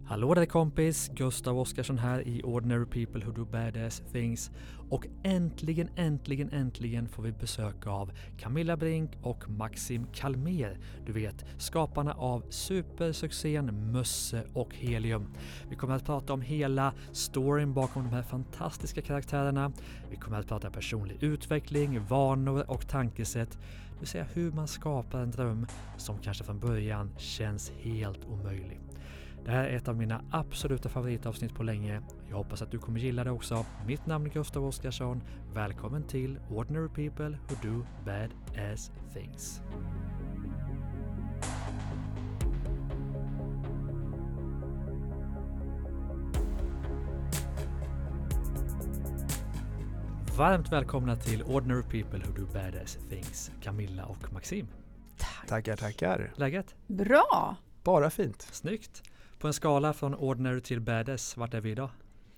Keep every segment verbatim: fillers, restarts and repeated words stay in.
Hallå där kompis, Gustav Oskarsson här i Ordinary People Who Do Badass Things. Och äntligen, äntligen, äntligen får vi besök av Camilla Brink och Maxim Kalmér. Du vet, skaparna av supersuccén Mösse och Helium. Vi kommer att prata om hela storyn bakom de här fantastiska karaktärerna. Vi kommer att prata personlig utveckling, vanor och tankesätt. Det vill säga hur man skapar en dröm som kanske från början känns helt omöjlig. Det här är ett av mina absoluta favoritavsnitt på länge. Jag hoppas att du kommer gilla det också. Mitt namn är Gustav Oskarsson. Välkommen till Ordinary People Who Do Badass Things. Varmt välkomna till Ordinary People Who Do Badass Things, Camilla och Maxim. Tack. Tackar, tackar. Läget? Bra! Bara fint. Snyggt. På en skala från ordinary till badass, vart är vi idag?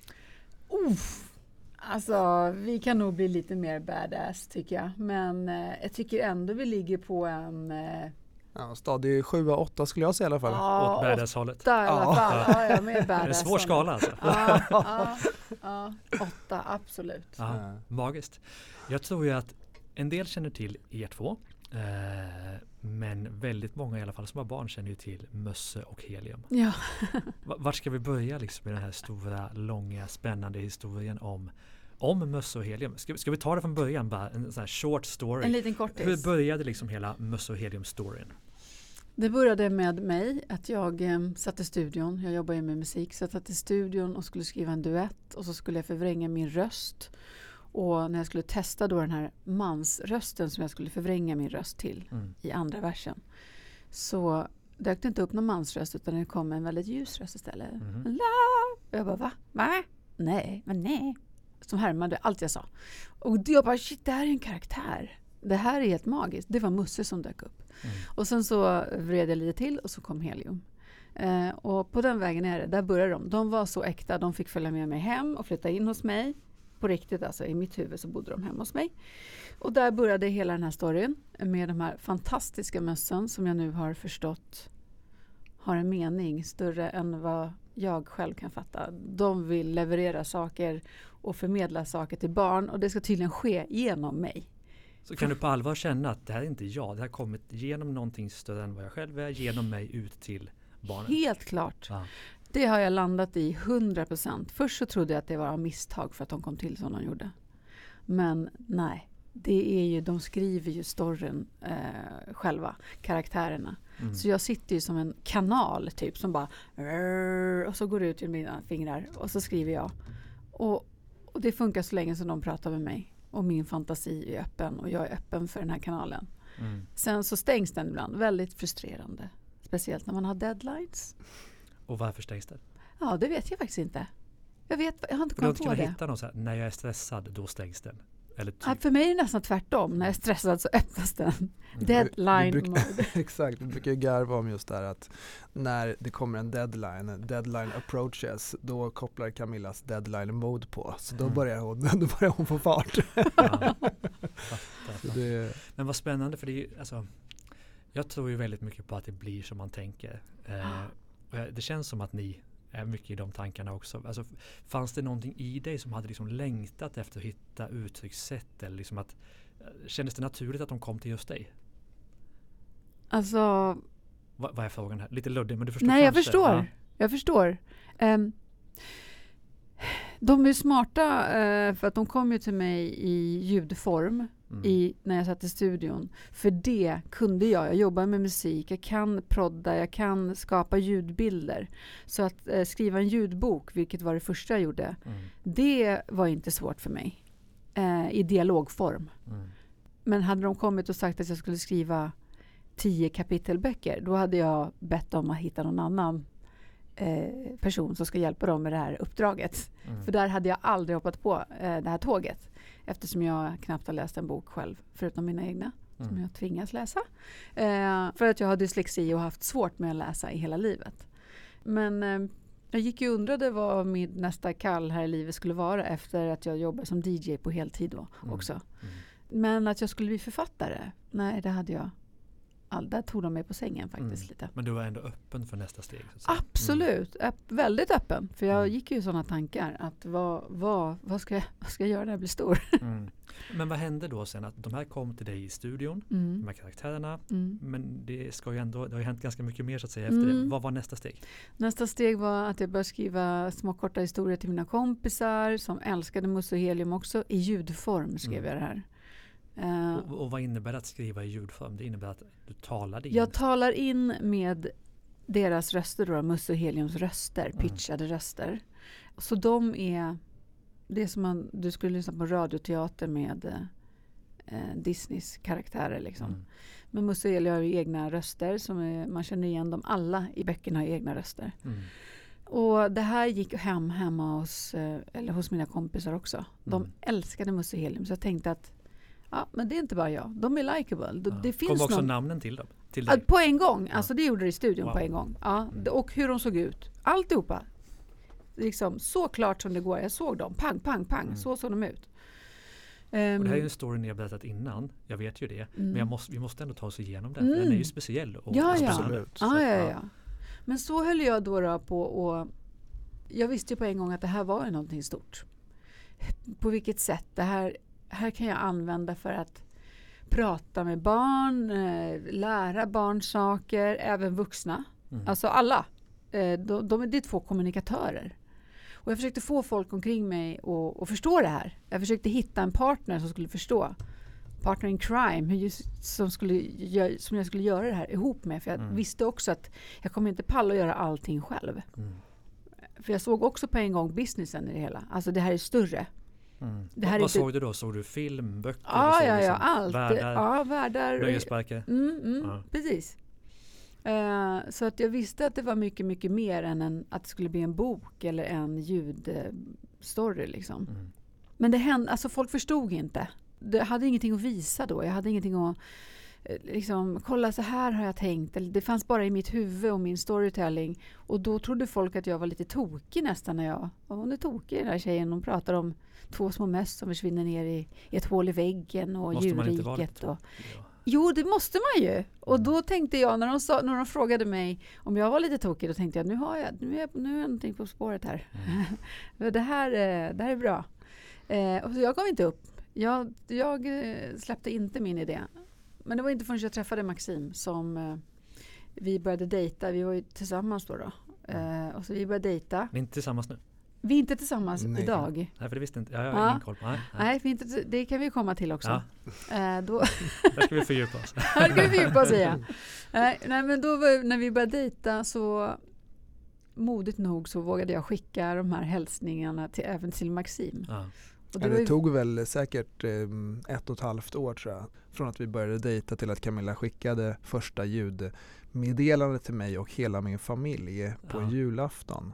Uff. Alltså, vi kan nog bli lite mer badass tycker jag. Men eh, jag tycker ändå vi ligger på en... Eh, ja, stadig sju åtta skulle jag säga i alla fall. Ja, åt badass-hållet. åtta i alla fall. Ja, ja, mer badass. Det är en svår skala alltså. Ja, ja, ja, åtta, absolut. Ja, Ja. magiskt. Jag tror ju att en del känner till er två. Eh, men väldigt många i alla fall som har barn känner ju till Mösse och Helium. Ja. V- vart ska vi börja liksom i den här stora, långa, spännande historien om, om Mösse och Helium? Ska, ska vi ta det från början bara? En sån här short story. En liten kortis. Hur började liksom hela Mösse och Helium-storyn? Det började med mig att jag eh, satt i studion. Jag jobbar ju med musik. Så jag satt i studion och skulle skriva en duett. Och så skulle jag förvränga min röst. Och när jag skulle testa då den här mansrösten som jag skulle förvränga min röst till Mm. i andra versen. Så dök det inte upp någon mansröst utan det kom en väldigt ljus röst istället. Mhm. La! Och jag bara, va? Va? Nej, men nej. Som härmade allt jag sa. Och jag bara, shit, det här är en karaktär. Det här är helt magiskt. Det var Musse som dök upp. Mm. Och sen så vred jag lite till och så kom Helium. Eh, och på den vägen är det, där började de. De var så äkta, de fick följa med mig hem och flytta in hos mig. På riktigt alltså, i mitt huvud så bodde de hemma hos mig. Och där började hela den här storyn med de här fantastiska mössen som jag nu har förstått har en mening större än vad jag själv kan fatta. De vill leverera saker och förmedla saker till barn och det ska tydligen ske genom mig. Så kan du på allvar känna att det här är inte jag, det här har kommit genom någonting större än vad jag själv är, genom mig ut till barnen? Helt klart. Ja. Det har jag landat i hundra procent. Först så trodde jag att det var av misstag för att de kom till som de gjorde. Men nej, det är ju, de skriver ju storyn eh, själva, karaktärerna. Mm. Så jag sitter ju som en kanal typ som bara och så går det ut ur mina fingrar och så skriver jag. Och, och det funkar så länge som de pratar med mig. Och min fantasi är öppen och jag är öppen för den här kanalen. Mm. Sen så stängs den ibland, väldigt frustrerande. Speciellt när man har deadlines. Och varför stängs det? Ja, det vet jag faktiskt inte. Jag vet, jag har inte Du har kommit inte på kunnat det. hitta någon så här, när jag är stressad, då stängs den. Eller typ. Ja, för mig är det nästan tvärtom. När jag är stressad så öppnas den. Mm. Deadline Vi brukar- mode. Exakt, vi brukar ju garva om just det här att när det kommer en deadline, deadline approaches, då kopplar Camillas deadline mode på. Så då Mm. börjar hon, då börjar hon få fart. Ja. Fattar, Så fattar. det, Men vad spännande, för det är ju, alltså, jag tror ju väldigt mycket på att det blir som man tänker. Eh, och jag- det känns som att ni är mycket i de tankarna också. Alltså, fanns det någonting i dig som hade liksom längtat efter att hitta uttryckssätt? Eller liksom att, kändes det naturligt att de kom till just dig? Alltså, Va, vad är frågan här? Lite luddig, men du förstår nej jag kanske? förstår. Ja. Jag förstår. Ehm, de är smarta eh, för att de kom ju till mig i ljudform Mm. i, när jag satt i studion. För det kunde jag. Jag jobbar med musik. Jag kan prodda. Jag kan skapa ljudbilder. Så att eh, skriva en ljudbok, vilket var det första jag gjorde, Mm. det var inte svårt för mig. Eh, I dialogform. Mm. Men hade de kommit och sagt att jag skulle skriva tio kapitelböcker, då hade jag bett om att hitta någon annan eh, person som ska hjälpa dem med det här uppdraget. Mm. För där hade jag aldrig hoppat på eh, det här tåget. Eftersom jag knappt har läst en bok själv, förutom mina egna. Som Mm. jag tvingas läsa. Eh, för att jag har dyslexi och haft svårt med att läsa i hela livet. Men eh, jag gick ju och undrade vad min nästa kall här i livet skulle vara efter att jag jobbade som D J på heltid då Mm. också. Mm. Men att jag skulle bli författare, nej det hade jag all, där tog de mig på sängen faktiskt Mm. lite. Men du var ändå öppen för nästa steg? Så att säga. Absolut, mm. Öpp, väldigt öppen. För jag Mm. gick ju i sådana tankar att vad, vad, vad, ska jag, vad ska jag göra när jag blir stor? Mm. Men vad hände då sen? Att de här kom till dig i studion, Mm. de här karaktärerna. Mm. Men det ska ju ändå, det har ju hänt ganska mycket mer så att säga efter Mm. det. Vad var nästa steg? Nästa steg var att jag började skriva små korta historier till mina kompisar som älskade Musse och Helium också. I ljudform skrev Mm. jag det här. Uh, Och, och vad innebär det att skriva i ljudform? Det innebär att du talar in. jag talar in med deras röster då, Musse och Heliums röster, Mm. pitchade röster. Så de är, det är som man, du skulle lyssna på radioteater med eh, Disneys karaktärer liksom. Mm. Men Musse och Helium har ju egna röster som är, man känner igen dem alla i böckerna har egna röster. Mm. Och det här gick hem hemma hos, eh, eller hos mina kompisar också. De Mm. älskade Musse och Helium så jag tänkte att ja, men det är inte bara jag. De är likeable. Det, Ja. det finns Kom också någon... namnen till dem? Till Ja, dig? på en gång. Ja. Alltså det gjorde det i studion Wow. på en gång. Ja, Mm. det- och hur de såg ut. Alltihopa. Liksom, så klart som det går. Jag såg dem. Pang, pang, pang. Mm. Så såg de ut. Och det här är ju Um, en story ni har berättat innan. Jag vet ju det. Mm. Men jag måste, vi måste ändå ta oss igenom den. Mm. För den är ju speciell. Och, Ja, och ja. spännande. Absolut. Så ja, att, ja, ja. Men så höll jag då, då på och jag visste ju på en gång att det här var ju någonting stort. På vilket sätt? Det här, här kan jag använda för att prata med barn, eh, lära barn saker, även vuxna. Mm. Alltså alla. Eh, de, de är det är två kommunikatörer. Och jag försökte få folk omkring mig att, att förstå det här. Jag försökte hitta en partner som skulle förstå. Partner in crime, hur just, som, skulle, gö- som jag skulle göra det här ihop med. För jag Mm. visste också att jag kommer inte palla att göra allting själv. Mm. För jag såg också på en gång businessen i det hela. Alltså det här är större. Mm. Det här vad är vad inte- såg du då? Såg du film, böcker? Ja, du såg ja, ja. liksom Allt. Världar, Ja, världar. nöjesparker? Mm, mm, Ja. Precis. Eh, så att jag visste att det var mycket, mycket mer än en, att det skulle bli en bok eller en ljudstory. Liksom. Mm. Men det hände, alltså folk förstod inte. Jag hade ingenting att visa då. Jag hade ingenting att eh, liksom, kolla så här har jag tänkt. Eller det fanns bara i mitt huvud och min storytelling. Och då trodde folk att jag var lite tokig nästan när jag, ja, hon är tokig den här tjejen. Hon pratar om två små möss som försvinner ner i, i ett hål i väggen och Måste man inte vara djurriket. lite Och, Ja. jo, det måste man ju. Och Mm. då tänkte jag, när de, sa, när de frågade mig om jag var lite tokig, då tänkte jag, nu har jag, nu är jag, nu är jag någonting på spåret här. Mm. det, här eh, det här är bra. Eh, och så jag gav inte upp. Jag, jag eh, släppte inte min idé. Men det var inte förrän jag träffade Maxim som eh, vi började dejta. Vi var ju tillsammans då. då. Eh, och så vi började dejta. Ni är inte tillsammans nu? Vi är inte tillsammans Nej. idag. Nej, för det visste inte jag. Jag har Ja. ingen koll på. Nej, nej. Nej, vi är inte, det kan vi komma till också. Ja. Eh, då, Där ska vi fördjupa oss. Här ska vi fördjupa oss i, ja. Nej, nej, men då var, när vi började dejta så modigt nog så vågade jag skicka de här hälsningarna till, även till Maxim. Ja. Och Ja, var det ju- tog väl säkert eh, ett och ett halvt år tror jag. Från att vi började dejta till att Camilla skickade första ljudmeddelandet till mig och hela min familj på Ja. en julafton.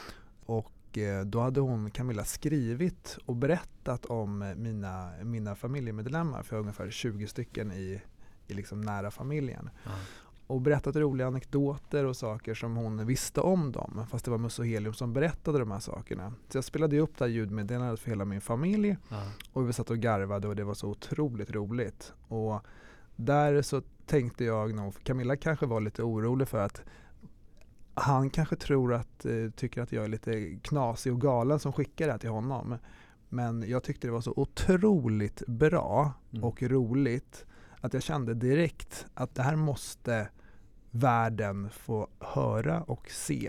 Och eh, då hade hon, Camilla, skrivit och berättat om mina, mina familjemedlemmar, för ungefär tjugo stycken i, i liksom nära familjen. Ja. Och berättat roliga anekdoter och saker som hon visste om dem. Fast det var Musse och Helium som berättade de här sakerna. Så jag spelade ju upp det här ljudmeddelandet för hela min familj. Ja. Och vi satt och garvade och det var så otroligt roligt. Och där så tänkte jag nog, för Camilla kanske var lite orolig för att han kanske tror att, eh, tycker att jag är lite knasig och galen som skickar det här till honom. Men jag tyckte det var så otroligt bra Mm. och roligt att jag kände direkt att det här måste världen få höra och se.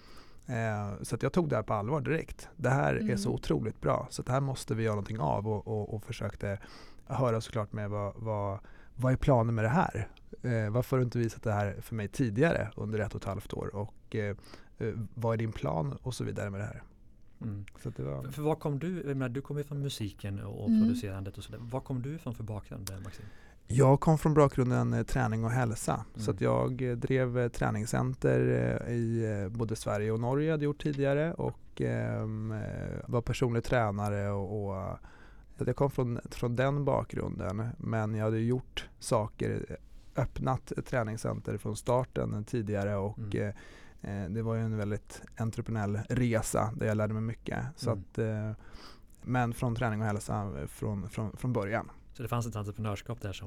Eh, så att jag tog det här på allvar direkt. Det här är Mm. så otroligt bra, så att det här måste vi göra någonting av, och, och, och försökte höra såklart med vad, vad, vad är planen med det här? Eh, varför har du inte visat det här för mig tidigare under ett och ett halvt år? Och eh, eh, vad är din plan och så vidare med det här? Mm. Så att det var... För, för vad kom du, jag menar, du kom ju från musiken och Mm. producerandet och sådär. Vad kom du från för bakgrund, Maxim? Jag kom från bakgrunden eh, träning och hälsa. Mm. Så att jag eh, drev eh, träningscenter eh, i eh, både Sverige och Norge, hade gjort tidigare, och ehm, eh, var personlig tränare. Och, och, eh, så att jag kom från, från den bakgrunden, men jag hade gjort saker, öppnat ett träningscenter från starten tidigare, och Mm. eh, eh, det var ju en väldigt entreprenöriell resa där jag lärde mig mycket. Så Mm. att, eh, men från träning och hälsa från, från, från början. Så det fanns ett entreprenörskap där som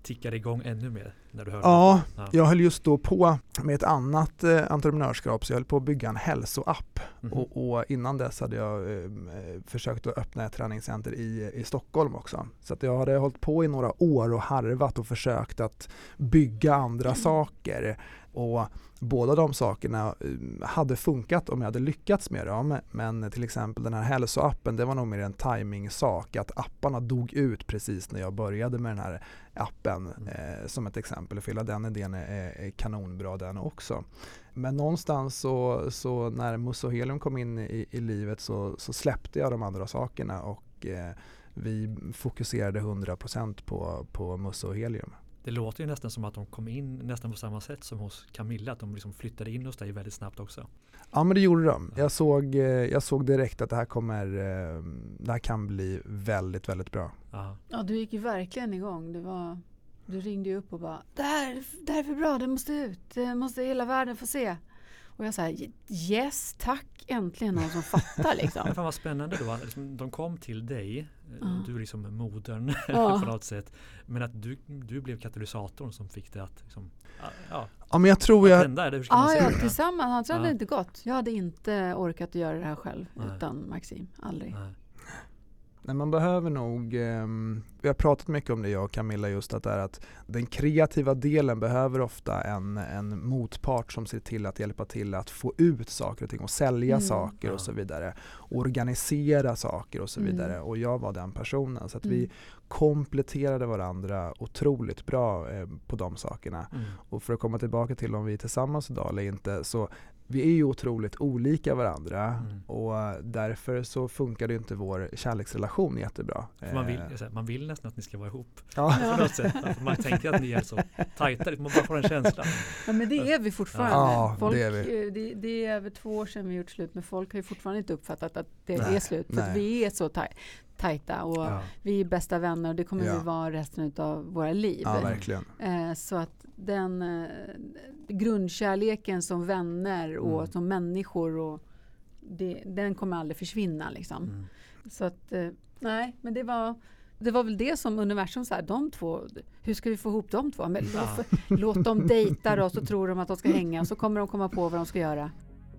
tickade igång ännu mer när du hörde Ja, det? Ja, jag höll just då på med ett annat eh, entreprenörskap, så jag höll på att bygga en hälsoapp. Mhm. Och, och innan dess hade jag eh, försökt att öppna ett träningscenter i, i Stockholm också. Så att jag hade hållit på i några år och harvat och försökt att bygga andra saker. Och båda de sakerna hade funkat om jag hade lyckats med dem. Men till exempel den här hälsoappen, det var nog mer en timing-sak. Att apparna dog ut precis när jag började med den här appen. Mm. Eh, som ett exempel. För hela den idén är, är kanonbra den också. Men någonstans så, så när Musse och Helium kom in i, i livet så, så släppte jag de andra sakerna. Och eh, vi fokuserade hundra procent på, på Musse och Helium. Det låter ju nästan som att de kom in nästan på samma sätt som hos Camilla. Att de liksom flyttade in hos dig väldigt snabbt också. Ja, men det gjorde de. Jag såg, eh, jag såg direkt att det här kommer, eh, det här kan bli väldigt, väldigt bra. Ja. Ja, du gick ju verkligen igång. Det var, du ringde ju upp och bara, det här, det här är för bra, det måste ut. Det måste hela världen få se. Och jag sa, yes, tack, äntligen någon som fattar liksom. Men fan vad spännande då. Liksom, de kom till dig. Ja. Du är liksom modern Ja. på något sätt. Men att du, du blev katalysatorn som fick det att liksom, ja, Ja, men jag tror att jag... hända. Eller hur ska man Ja, säga ja, det? tillsammans. Annars hade Ja. det inte gått. Jag hade inte orkat att göra det här själv Nej. utan Maxim. Aldrig. Nej. Nej, man behöver nog, eh, vi har pratat mycket om det jag och Camilla, just att, det är att den kreativa delen behöver ofta en, en motpart som ser till att hjälpa till att få ut saker och ting och sälja Mm. saker Ja. och så vidare. Organisera saker och så Mm. vidare. Och jag var den personen. Så att Mm. vi kompletterade varandra otroligt bra eh, på de sakerna. Mm. Och för att komma tillbaka till om vi är tillsammans idag eller inte, så vi är ju otroligt olika varandra. Mm. Och därför så funkar det inte vår kärleksrelation jättebra. För man, vill, Eh, jag säger, man vill nästan att ni ska vara ihop. ja. På något sätt. För man tänker att ni är så tajta. Man bara får en känsla. Ja, men det är vi fortfarande. Ja, folk, det är vi. eh, Det, det är över två år sedan vi gjort slut, men folk har ju fortfarande inte uppfattat att det Nej, är slut. För nej. att vi är så taj- tajta och Ja. vi är bästa vänner och det kommer Ja. vi vara resten av våra liv. Ja, verkligen. Eh, så att den eh, grundkärleken som vänner och Mm. som människor, och det, den kommer aldrig försvinna. Liksom. Mm. Så att, eh, nej, men det var, det var väl det som universum sa, de två, hur ska vi få ihop de två? Men Ja. låt, låt dem dejta då, så tror de att de ska hänga och så kommer de komma på vad de ska göra.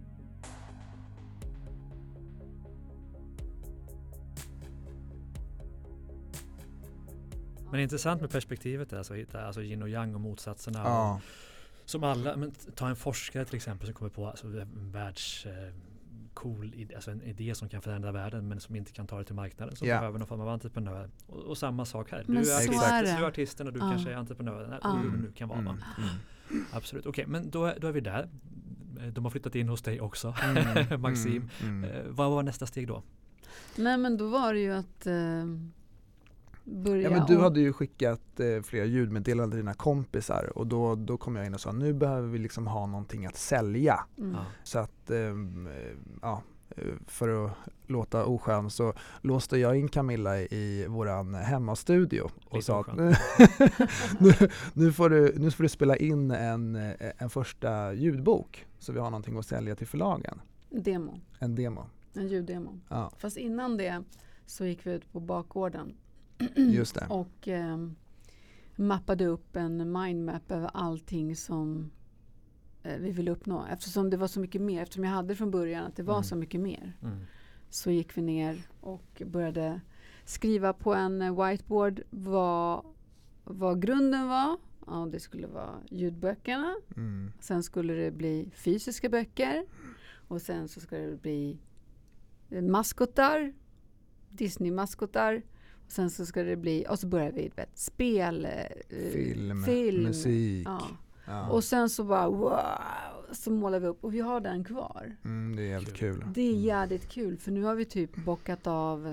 Men det är intressant med perspektivet där, alltså, hitta, alltså yin och yang och motsatserna. Ja. Och, som alla, men ta en forskare till exempel som kommer på alltså, en världs eh, cool idé, alltså en idé som kan förändra världen men som inte kan ta det till marknaden, som Ja. behöver någon form av entreprenör. Och, och samma sak här. Men Du är, så artist, är det. du är artisten och du Ja. kanske är entreprenören. Ja. Hur det nu kan vara. Mm. va? Mm. Absolut. Okej, men då, då är vi där. De har flyttat in hos dig också, Mm. Maxim. Mm. Mm. Eh, vad var nästa steg då? Nej, men då var det ju att eh, börja... Ja, men du och- hade ju skickat eh, flera ljudmeddelanden till dina kompisar och då, då kom jag in och sa nu behöver vi liksom ha någonting att sälja. Mm. Ja. Så att, ehm, eh, ja, eh, för att låta oskön så låste jag in Camilla i våran hemmastudio och Lite sa att oskön. nu, nu, får du, nu får du spela in en, eh, en första ljudbok så vi har någonting att sälja till förlagen. En demo, En demo. en ljuddemo. Ja, Fast innan det så gick vi ut på bakgården just det. och eh, mappade upp en mindmap över allting som eh, vi ville uppnå. Eftersom det var så mycket mer, eftersom jag hade från början att det var Mm. så mycket mer, Mm. så gick vi ner och började skriva på en eh, whiteboard vad, vad grunden var. Ja, det skulle vara ljudböckerna. Mm. Sen skulle det bli fysiska böcker. Och sen så skulle det bli eh, maskotar. Disney-maskotar. Och sen så ska det bli, och så börjar vi vet, spel, eh, Film, film. musik. Ja. Ja. Och sen så bara wow, så målar vi upp och vi har den kvar. Mm, det är jävligt kul. Det är jävligt kul för nu har vi typ bockat av,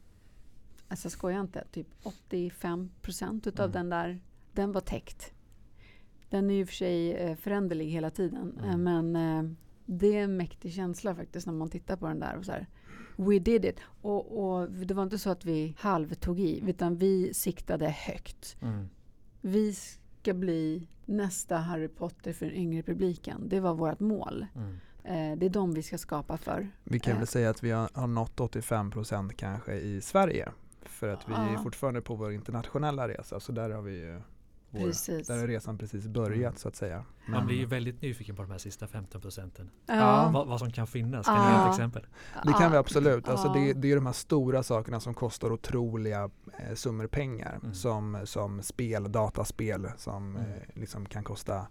alltså jag skojar inte, typ åttiofem procent utav Mm. den där, den var täckt. Den är ju för sig eh, föränderlig hela tiden, Mm. eh, men eh, det är en mäktig känsla faktiskt när man tittar på den där och så här, we did it. Och, och det var inte så att vi halv tog i, utan vi siktade högt. Mm. Vi ska bli nästa Harry Potter för den yngre publiken. Det var vårt mål. Mm. Eh, det är de vi ska skapa för. Vi kan Eh. väl säga att vi har, har nått åttiofem procent kanske i Sverige. För att vi Ja. är fortfarande på vår internationella resa. Så där har vi ju vår, Precis. där har resan precis börjat så att säga. Men, Man blir ju väldigt nyfiken på de här sista femton procenten. Ja. Vad, vad som kan finnas. Kan Ja. du ge ett exempel? det kan Ja. vi absolut. Alltså Ja. det, det är de här stora sakerna som kostar otroliga eh, summor pengar. Mm. Som, som spel, dataspel som Mm. eh, liksom kan kosta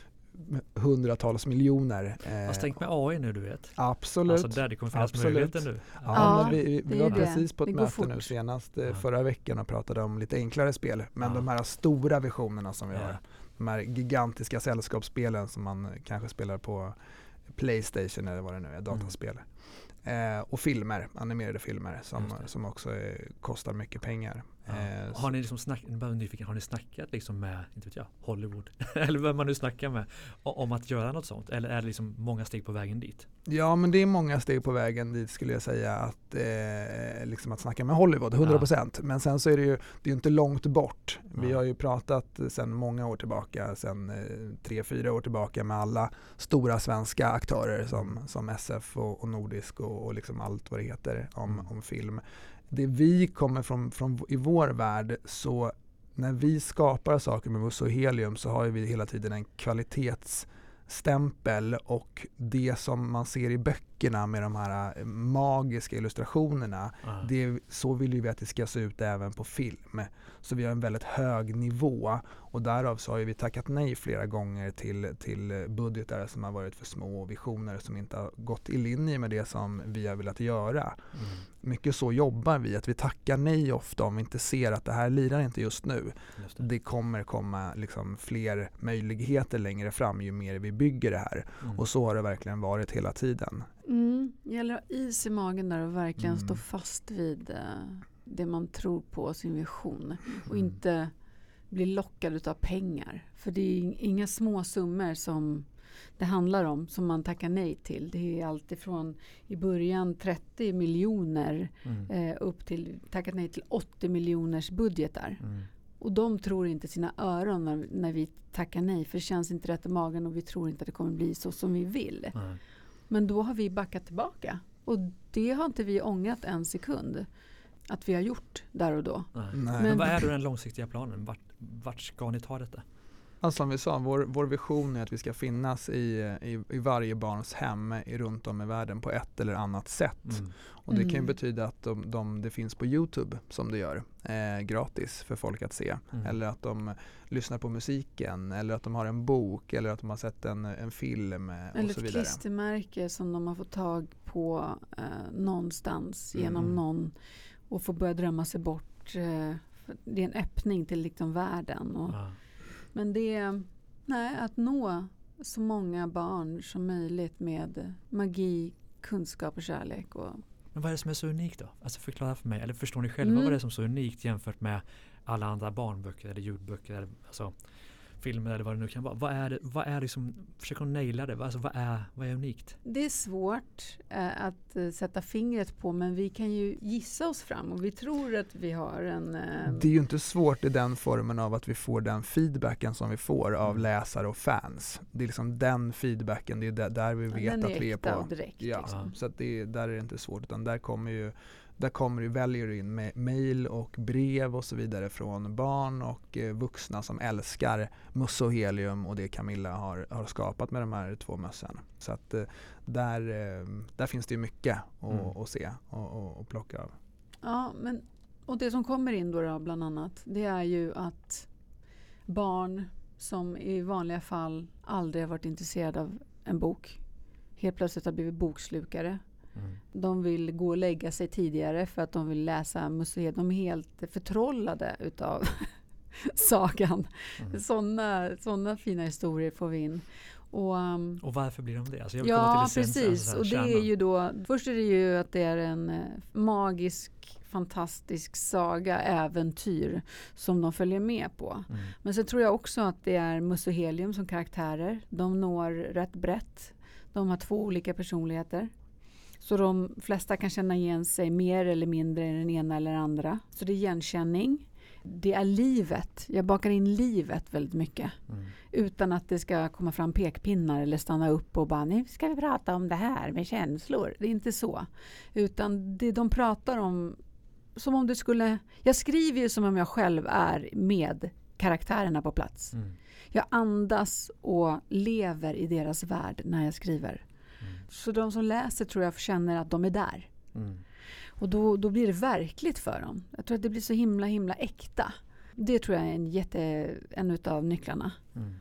hundratals miljoner. Eh, Fast tänk med A I nu, du vet. absolut. Alltså där det kommer finnas Absolut. möjligheter nu. Ja, Ja, men vi, vi, det vi är var det. precis på Det ett går möte nu fort. senast eh, Ja. förra veckan och pratade om lite enklare spel. Men Ja. de här stora visionerna som vi Ja. har, de här gigantiska sällskapsspelen som man kanske spelar på PlayStation eller vad det nu är, dataspel. Eh, och filmer, animerade filmer som, Just det. som också eh, kostar mycket pengar. Ja. Eh, Har ni liksom snack, bara nyfiken, har ni snackat liksom med, inte vet jag, Hollywood eller vem man nu snackar med o- om att göra något sånt? Eller är det liksom många steg på vägen dit? Ja, men det är många steg på vägen dit skulle jag säga att, eh, liksom att snacka med Hollywood, hundra procent. Ja. Men sen så är det ju det är ju inte långt bort. Ja. Vi har ju pratat sedan många år tillbaka, sedan eh, tre, fyra år tillbaka med alla stora svenska aktörer som, som S F och, och Nordisk och, och liksom allt vad det heter om, Mm. om film. Det vi kommer från, från i vår värld, så när vi skapar saker med Musse och Helium så har vi hela tiden en kvalitetsstämpel, och det som man ser i böckerna med de här magiska illustrationerna, Ja. det, så vill ju vi att det ska se ut även på film. Så vi har en väldigt hög nivå, och därav så har vi tackat nej flera gånger till, till budgetar som har varit för små och visioner som inte har gått i linje med det som vi har velat göra. Mm. Mycket så jobbar vi, att vi tackar nej ofta om vi inte ser att det här lirar inte just nu. Just det. Det kommer komma liksom fler möjligheter längre fram ju mer vi bygger det här. Mm. Och så har det verkligen varit hela tiden. Mm. Det gäller att ha is i magen där och verkligen Mm. stå fast vid eh, det man tror på, sin vision. Och Mm. inte bli lockad utav pengar. För det är inga små summor som det handlar om som man tackar nej till. Det är alltifrån i början trettio miljoner Mm. eh, upp till tackat nej till åttio miljoners budgetar. Mm. Och de tror inte sina öron när, när vi tackar nej. För det känns inte rätt i magen och vi tror inte att det kommer bli så som vi vill. Nej. Men då har vi backat tillbaka. Och det har inte vi ångrat en sekund. Att vi har gjort där och då. Nej. Nej. Men Men- vad är då den långsiktiga planen? Vart, vart ska ni ta detta? Alltså, som vi sa, vår, vår vision är att vi ska finnas i, i, i varje barns hem i, runt om i världen på ett eller annat sätt. Mm. Och det kan ju Mm. betyda att de, de, det finns på YouTube som det gör, eh, gratis för folk att se. Mm. Eller att de lyssnar på musiken, eller att de har en bok, eller att de har sett en, en film eh, Eller och så ett vidare. klistermärke som de har fått tag på eh, någonstans genom Mm. någon och får börja drömma sig bort. Eh, för det är en öppning till liksom världen. Och, Ja. Men det är nej, att nå så många barn som möjligt med magi, kunskap och kärlek. Och, Men vad är det som är så unikt då? Alltså förklara för mig. Eller förstår ni själva Mm. vad det är som är så unikt jämfört med alla andra barnböcker eller ljudböcker eller alltså filmer eller vad det nu kan vara. Vad är det, vad är det som, försöker naila det? Alltså vad är, vad är unikt? det är svårt eh, att eh, sätta fingret på, men vi kan ju gissa oss fram och vi tror att vi har en... Eh, Det är ju inte svårt i den formen av att vi får den feedbacken som vi får av Mm. läsare och fans. Det är liksom den feedbacken, det är där, där vi ja, vet den är att vi är äkta på. och direkt. Ja, Liksom. så att det, där är det inte svårt, utan där kommer ju där kommer ju väljer du in med mejl och brev och så vidare från barn och eh, vuxna som älskar Musse och Helium och det Camilla har, har skapat med de här två mössan. Så att eh, där, eh, där finns det ju mycket att, Mm. att se och, och, och plocka av. Ja, men, och det som kommer in då, då bland annat, det är ju att barn som i vanliga fall aldrig har varit intresserade av en bok helt plötsligt har blivit bokslukare. Mm. De vill gå och lägga sig tidigare för att de vill läsa museet. De är helt förtrollade utav sagan. Mm. Sådana såna fina historier får vi in. Och, um, Och varför blir de det? Alltså jag vill komma ja, till essens, precis. alltså så här och det kärnan. är ju då, först är det ju att det är en eh, magisk, fantastisk saga, äventyr som de följer med på. Mm. Men så tror jag också att det är Musse och Helium som karaktärer. De når rätt brett. De har två olika personligheter. Så de flesta kan känna igen sig mer eller mindre i den ena eller andra. Så det är igenkänning. Det är livet. Jag bakar in livet väldigt mycket. Mm. Utan att det ska komma fram pekpinnar eller stanna upp och bara, nu ska vi prata om det här med känslor. Det är inte så. Utan det de pratar om, som om det skulle... Jag skriver ju som om jag själv är med karaktärerna på plats. Mm. Jag andas och lever i deras värld när jag skriver. Mm. Så de som läser tror jag känner att de är där. Mm. Och då, då blir det verkligt för dem. Jag tror att det blir så himla himla äkta. Det tror jag är en, jätte, en utav nycklarna. Mm.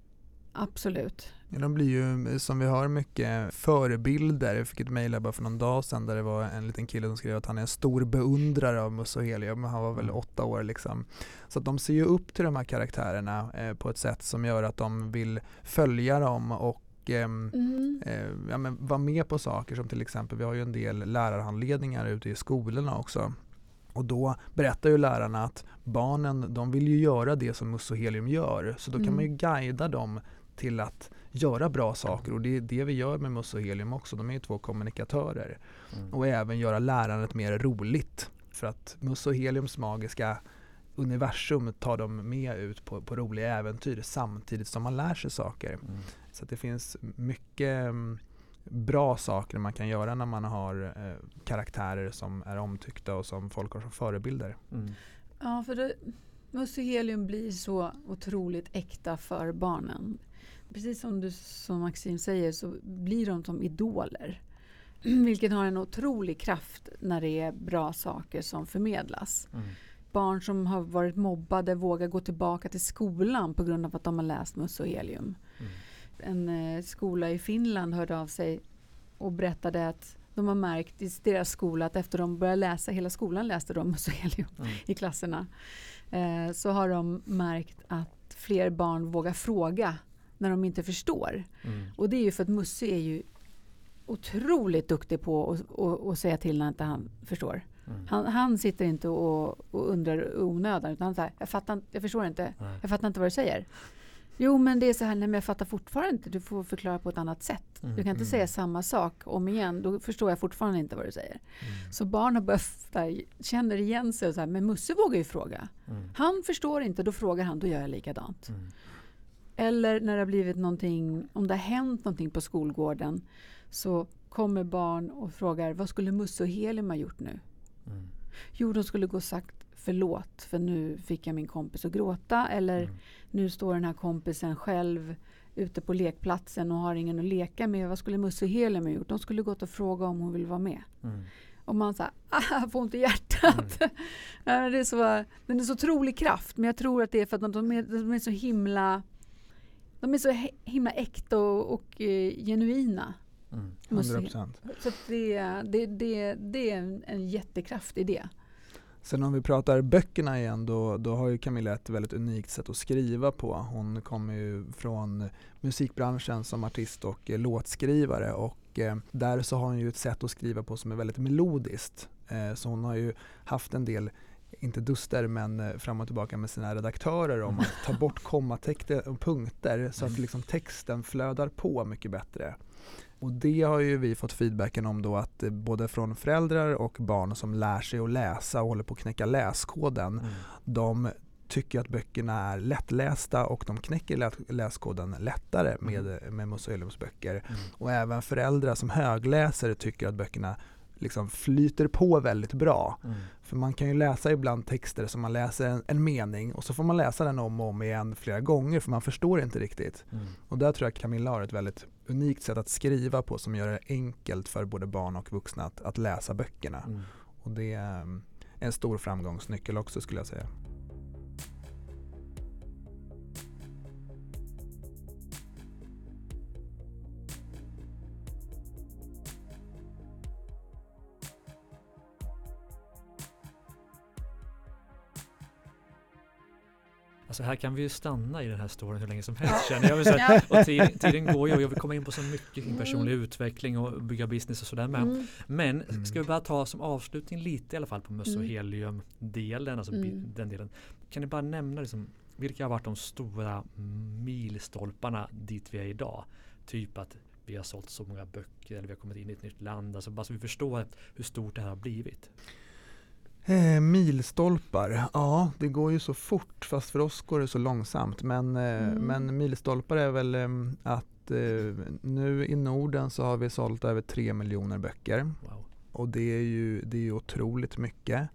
Absolut. Ja, de blir ju, som vi har, mycket förebilder. Jag fick ett mejl bara för någon dag sedan där det var en liten kille som skrev att han är en stor beundrare av Musse och Helium. Han var väl Mm. åtta år liksom. Så att de ser ju upp till de här karaktärerna eh, på ett sätt som gör att de vill följa dem och ehm, Mm. eh, ja, men vara med på saker som till exempel, vi har ju en del lärarhandledningar ute i skolorna också. Och då berättar ju lärarna att barnen, de vill ju göra det som Musse och Helium gör. Så då kan Mm. man ju guida dem till att göra bra saker, och det är det vi gör med Musse och Helium också. De är ju två kommunikatörer. Mm. Och även göra lärandet mer roligt. För att Musse och Heliums magiska universum tar dem med ut på, på roliga äventyr samtidigt som man lär sig saker. Mm. Så att det finns mycket mm, bra saker man kan göra när man har eh, karaktärer som är omtyckta och som folk har som förebilder. Mm. Ja, för det, Musse och Helium blir så otroligt äkta för barnen. Precis som du som Maxim säger så blir de som idoler. Vilket har en otrolig kraft när det är bra saker som förmedlas. Mm. Barn som har varit mobbade vågar gå tillbaka till skolan på grund av att de har läst Musse och Helium. Mm. En eh, skola i Finland hörde av sig och berättade att de har märkt i deras skola att efter de började läsa, hela skolan läste de Musse och Helium Mm. i klasserna, eh, så har de märkt att fler barn vågar fråga när de inte förstår. Mm. Och det är ju för att Musse är ju otroligt duktig på att och, och säga till när inte han förstår. Mm. Han, han sitter inte och, och undrar i onödan, utan han säger, jag fattar, jag förstår inte, Nej. jag fattar inte vad du säger. Jo, men det är så här, nej, men jag fattar fortfarande inte. Du får förklara på ett annat sätt. Mm. Du kan inte Mm. säga samma sak om igen. Då förstår jag fortfarande inte vad du säger. Mm. Så barnen börjar, känner igen sig och så här, men Musse vågar ju fråga. Mm. Han förstår inte, då frågar han, då gör jag likadant. Mm. Eller när det har blivit någonting, om det har hänt någonting på skolgården, så kommer barn och frågar, vad skulle Musse och Helium ha gjort nu? Mm. Jo, de skulle gå och sagt förlåt, för nu fick jag min kompis att gråta. Eller Mm. nu står den här kompisen själv ute på lekplatsen och har ingen att leka med. Vad skulle Musse och Helium ha gjort? De skulle gått och fråga om hon vill vara med. Mm. Och man säger, ah, får ont i hjärtat. Mm. Ja, det är så, den är så otrolig kraft. Men jag tror att det är för att de är, de är så himla de är så he- himla äkta och, och eh, genuina. Mm. Musse. hundra procent. Så att det, det, det, det är en, en jättekraft i det. Sen om vi pratar böckerna igen, då, då har ju Camilla ett väldigt unikt sätt att skriva på. Hon kommer ju från musikbranschen som artist och eh, låtskrivare, och eh, där så har hon ju ett sätt att skriva på som är väldigt melodiskt. Eh, så hon har ju haft en del, inte duster, men eh, fram och tillbaka med sina redaktörer om att ta bort kommatecken och punkter så att liksom texten flödar på mycket bättre. Och det har ju vi fått feedbacken om då, att eh, både från föräldrar och barn som lär sig att läsa och håller på att knäcka läskoden, Mm. de tycker att böckerna är lättlästa och de knäcker lä- läskoden lättare med, med Musse och Heliums böcker. Mm. Och även föräldrar som högläsare tycker att böckerna liksom flyter på väldigt bra. Mm. För man kan ju läsa ibland texter som man läser en, en mening och så får man läsa den om och om igen flera gånger för man förstår inte riktigt. Mm. Och där tror jag att Camilla har ett väldigt unikt sätt att skriva på som gör det enkelt för både barn och vuxna att, att läsa böckerna. Mm. Och det är um, en stor framgångsnyckel också, skulle jag säga. Alltså här kan vi ju stanna i den här storyn hur länge som helst, känner jag. Så här, och tiden, tiden går ju och jag vill komma in på så mycket kring personlig Mm. utveckling och bygga business och sådär med. Mm. Men Mm. ska vi bara ta som avslutning lite i alla fall på Musse och Mm. Helium-delen, alltså bi- Mm. den delen. Kan ni bara nämna liksom, vilka har varit de stora milstolparna dit vi är idag? Typ att vi har sålt så många böcker eller vi har kommit in i ett nytt land. Alltså bara så vi förstår hur stort det här har blivit. Eh, milstolpar, ja det går ju så fort fast för oss går det så långsamt. Men, eh, Mm. men milstolpar är väl eh, att eh, nu i Norden så har vi sålt över tre miljoner böcker. Wow. Och det är ju, det är ju otroligt mycket.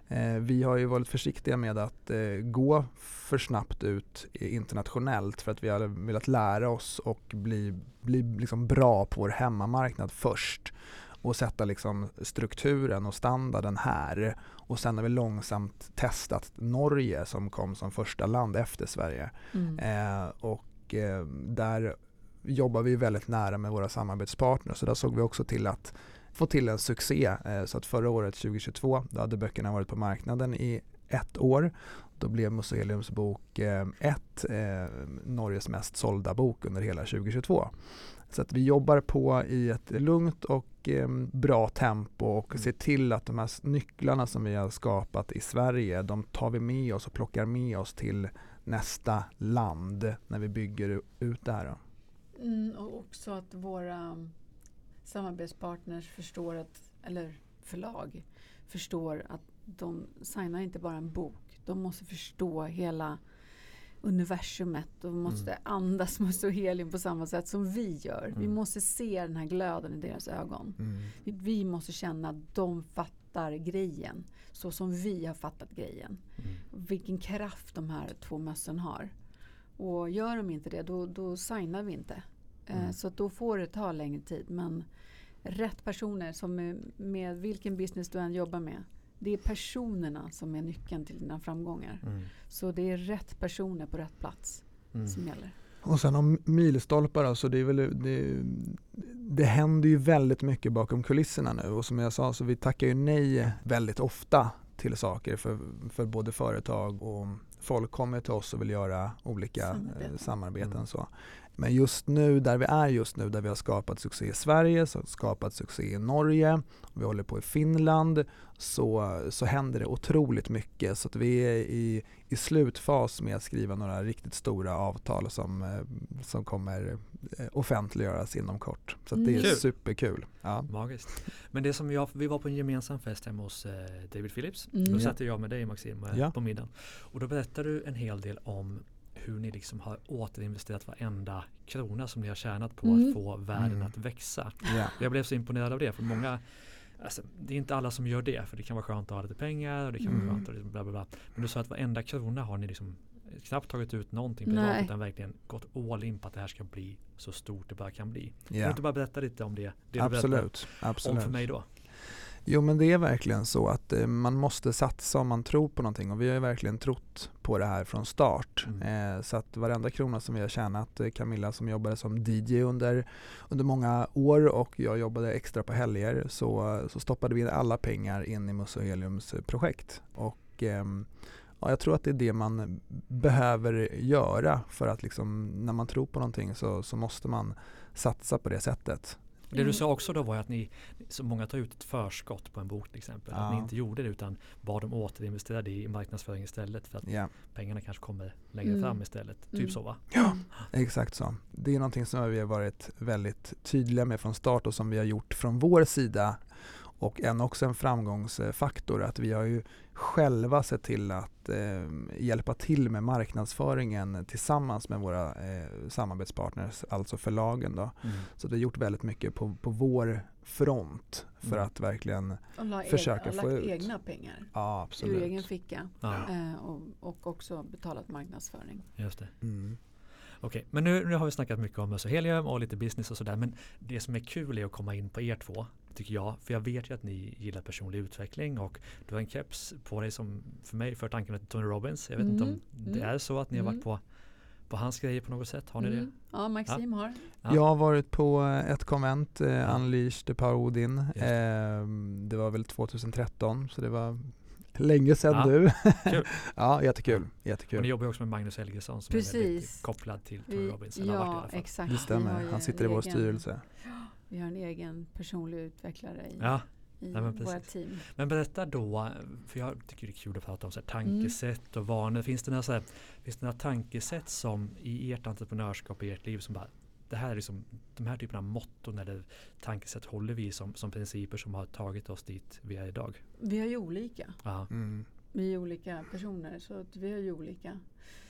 Eh, vi har ju varit försiktiga med att eh, gå för snabbt ut internationellt för att vi har velat lära oss och bli, bli liksom bra på vår hemmamarknad först och sätta liksom strukturen och standarden här. Och sen har vi långsamt testat Norge som kom som första land efter Sverige. Mm. Eh, och eh, där jobbar vi väldigt nära med våra samarbetspartners. Så där såg vi också till att få till en succé. Eh, så att förra året tjugohundratjugotvå, då hade böckerna varit på marknaden i ett år. Då blev Museums bok eh, ett eh, Norges mest sålda bok under hela tjugohundratjugotvå. Så att vi jobbar på i ett lugnt och eh, bra tempo och mm. ser till att de här nycklarna som vi har skapat i Sverige, de tar vi med oss och plockar med oss till nästa land när vi bygger ut det här. Då. Mm, och också att våra samarbetspartners förstår att, eller förlag förstår att de signar inte bara en bok. De måste förstå hela universumet. De måste mm. andas Musse och Helium på samma sätt som vi gör. Mm. Vi måste se den här glöden i deras ögon. Mm. Vi, vi måste känna att de fattar grejen så som vi har fattat grejen. Mm. Vilken kraft de här två mössen har. Och gör de inte det, då, då signar vi inte. Mm. Eh, så att då får det ta längre tid. Men rätt personer, som med, med vilken business du än jobbar med, det är personerna som är nyckeln till dina framgångar. Mm. Så det är rätt personer på rätt plats mm. som gäller. Och sen om milstolpar, alltså det, är väl, det, det händer ju väldigt mycket bakom kulisserna nu. Och som jag sa, så vi tackar ju nej väldigt ofta till saker för, för både företag och folk kommer till oss och vill göra olika samarbeten. Eh, samarbeten mm. så. Men just nu, där vi är just nu, där vi har skapat succé i Sverige, så har skapat succé i Norge, och vi håller på i Finland, så, så händer det otroligt mycket. Så att vi är i, i slutfas med att skriva några riktigt stora avtal som, som kommer offentliggöras inom kort. Så att det är mm. superkul. Ja. Magiskt. Men det som jag, vi var på en gemensam fest hemma hos eh, David Phillips. Mm. Då satt jag med dig, Maxim, ja. på middagen. Och då berättade du en hel del om hur ni liksom har återinvesterat varenda krona som ni har tjänat på mm. att få världen mm. att växa. Yeah. Jag blev så imponerad av det, för många, alltså, det är inte alla som gör det, för det kan vara skönt att ha lite pengar och det kan mm. vara skönt att bla bla bla. Men du sa att varenda krona har ni liksom knappt tagit ut någonting privat, utan verkligen gått all in på att det här ska bli så stort det bara kan bli. Yeah. Kan du inte bara berätta lite om det? Det absolut, du absolut. Om för mig då? Jo, men det är verkligen så att eh, man måste satsa om man tror på någonting, och vi har ju verkligen trott på det här från start. Mm. Eh, så att varenda krona som vi har tjänat, eh, Camilla som jobbade som D J under, under många år och jag jobbade extra på helger, så, så stoppade vi in alla pengar in i Musse och Heliums projekt. Och eh, ja, jag tror att det är det man behöver göra, för att liksom, när man tror på någonting så, så måste man satsa på det sättet. Det du sa också då var att ni, så många tar ut ett förskott på en bok till exempel. Ja. Att ni inte gjorde det, utan bad dem återinvestera det i marknadsföring istället, för att ja. pengarna kanske kommer längre mm. fram istället. Typ mm. så, va? Ja, exakt så. Det är någonting som vi har varit väldigt tydliga med från start och som vi har gjort från vår sida. Och en också en framgångsfaktor, att vi har ju själva sett till att eh, hjälpa till med marknadsföringen tillsammans med våra eh, samarbetspartners, alltså förlagen då. Mm. Så vi har gjort väldigt mycket på, på vår front för mm. att verkligen försöka eg- få ut. egna pengar. Ja, absolut. Ur egen ficka. Ja. Eh, och, och också betalat marknadsföring. Just det. Mm. Okej, men nu, nu har vi snackat mycket om Musse och Helium och lite business och sådär, men det som är kul är att komma in på er två, tycker jag, för jag vet ju att ni gillar personlig utveckling, och du har en keps på dig som för mig för tanken till Tony Robbins. Jag vet mm. inte om det är så att ni har varit på, på hans grejer på något sätt. Har ni mm. det? Ja, Maxim ja. har. Ja. Jag har varit på ett konvent, eh, ja. Unleash the Power Within. Eh, det var väl tjugohundratretton, så det var länge sedan ja. du. Kul. Ja, jättekul. jättekul. Och ni jobbar också med Magnus Helgesson som Precis. är väldigt kopplad till Tony Robbins. Vi, ja, exakt. Det stämmer. Han sitter i vår styrelse. Vi har en egen personlig utvecklare i, ja. i ja, våra team. Men berätta då, för jag tycker det är kul att prata om så här, tankesätt mm. och vanor. Finns det några, så här, finns det några tankesätt som i ert entreprenörskap, i ert liv, som bara, det här är liksom, de här typerna av motton eller tankesätt håller vi som, som principer som har tagit oss dit vi är idag? Vi har ju olika. Mm. Vi är olika personer, så att vi har ju olika.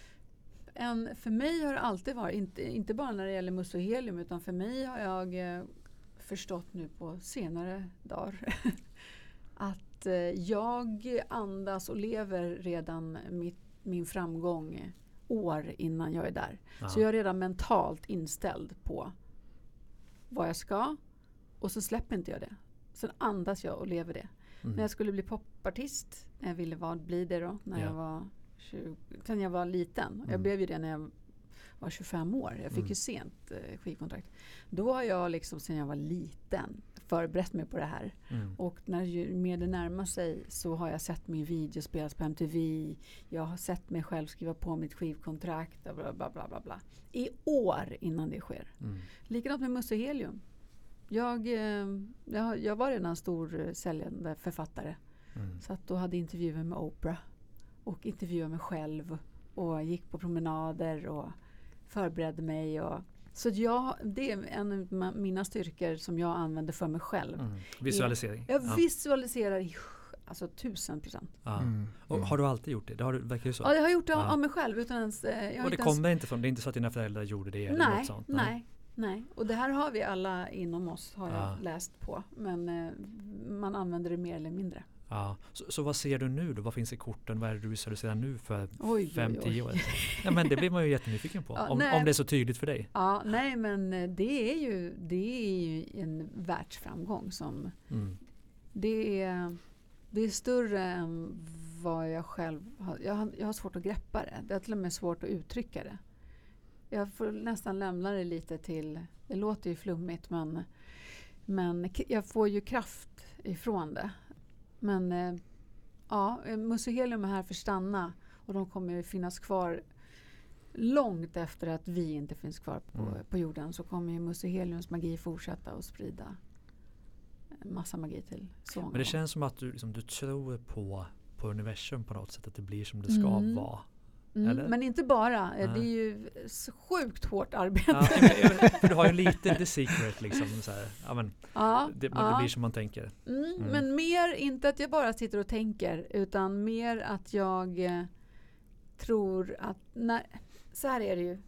En, för mig har det alltid varit, inte, inte bara när det gäller Musse och Helium, utan för mig har jag eh, förstått nu på senare dagar att eh, jag andas och lever redan mitt, min framgång år innan jag är där. Ja. Så jag är redan mentalt inställd på vad jag ska och så släpper inte jag det. Sen andas jag och lever det. Mm. När jag skulle bli popartist, när jag ville vara, bli det då, när Ja. jag var tjugo, sen jag var liten. Mm. Jag blev ju det när jag var tjugofem år. Jag fick Mm. ju sent eh, skivkontrakt. Då har jag liksom sen jag var liten förberett mig på det här. Mm. Och när ju mer det närmar sig så har jag sett min video spelas på M T V. Jag har sett mig själv skriva på mitt skivkontrakt. Bla bla bla bla bla. I år innan det sker. Mm. Likadant med Musse Helium. Jag, eh, jag, jag var redan en stor eh, säljande författare. Mm. Så att då hade intervjuer med Oprah. Och intervjuade mig själv. Och gick på promenader och förberedde mig. Och, så att jag, det är en av mina styrkor som jag använder för mig själv. Mm. Visualisering. Jag Ja. visualiserar i alltså tusen procent. Ja. Mm. Och har du alltid gjort det? Det har du, verkar ju så. Ja, jag har gjort det av, Ja. av mig själv. Utan ens, eh, jag har Och det inte ens, kommer inte från, det är inte så att dina föräldrar gjorde det eller nej, något sånt? nej, nej. Och det här har vi alla inom oss, har jag Ja. läst på. Men eh, man använder det mer eller mindre. Ja. Så, så vad ser du nu då? Vad finns i korten? Vad är det du visualiserar nu för Oj, fem, oj, tio oj. år? Ja, men det blir man ju jättenyfiken på. Ja, om, nej. om det är så tydligt för dig. Ja, nej men eh, det är ju, det är ju en världsframgång som Mm. det är, det är större än vad jag själv har. Jag har, jag har svårt att greppa det. Det är till och med svårt att uttrycka det. Jag får nästan lämna det lite till, det låter ju flummigt men, men k- jag får ju kraft ifrån det. Men eh, ja, Musse Helium är här för stanna och de kommer ju finnas kvar långt efter att vi inte finns kvar på, Mm. på jorden, så kommer ju Musse Heliums magi fortsätta att sprida en massa magi till så många. Men det känns som att du, liksom, du tror på, på universum på något sätt. Att det blir som det ska Mm. vara. Mm, eller? men inte bara. Nej. Det är ju så sjukt hårt arbete. Ja, men- men- för du har ju lite the secret liksom. Så här, ja, men, Ja, det, ja. det blir som man tänker. Mm, Mm. Men mer, inte att jag bara sitter och tänker, utan mer att jag eh, tror att, när, så här är det ju,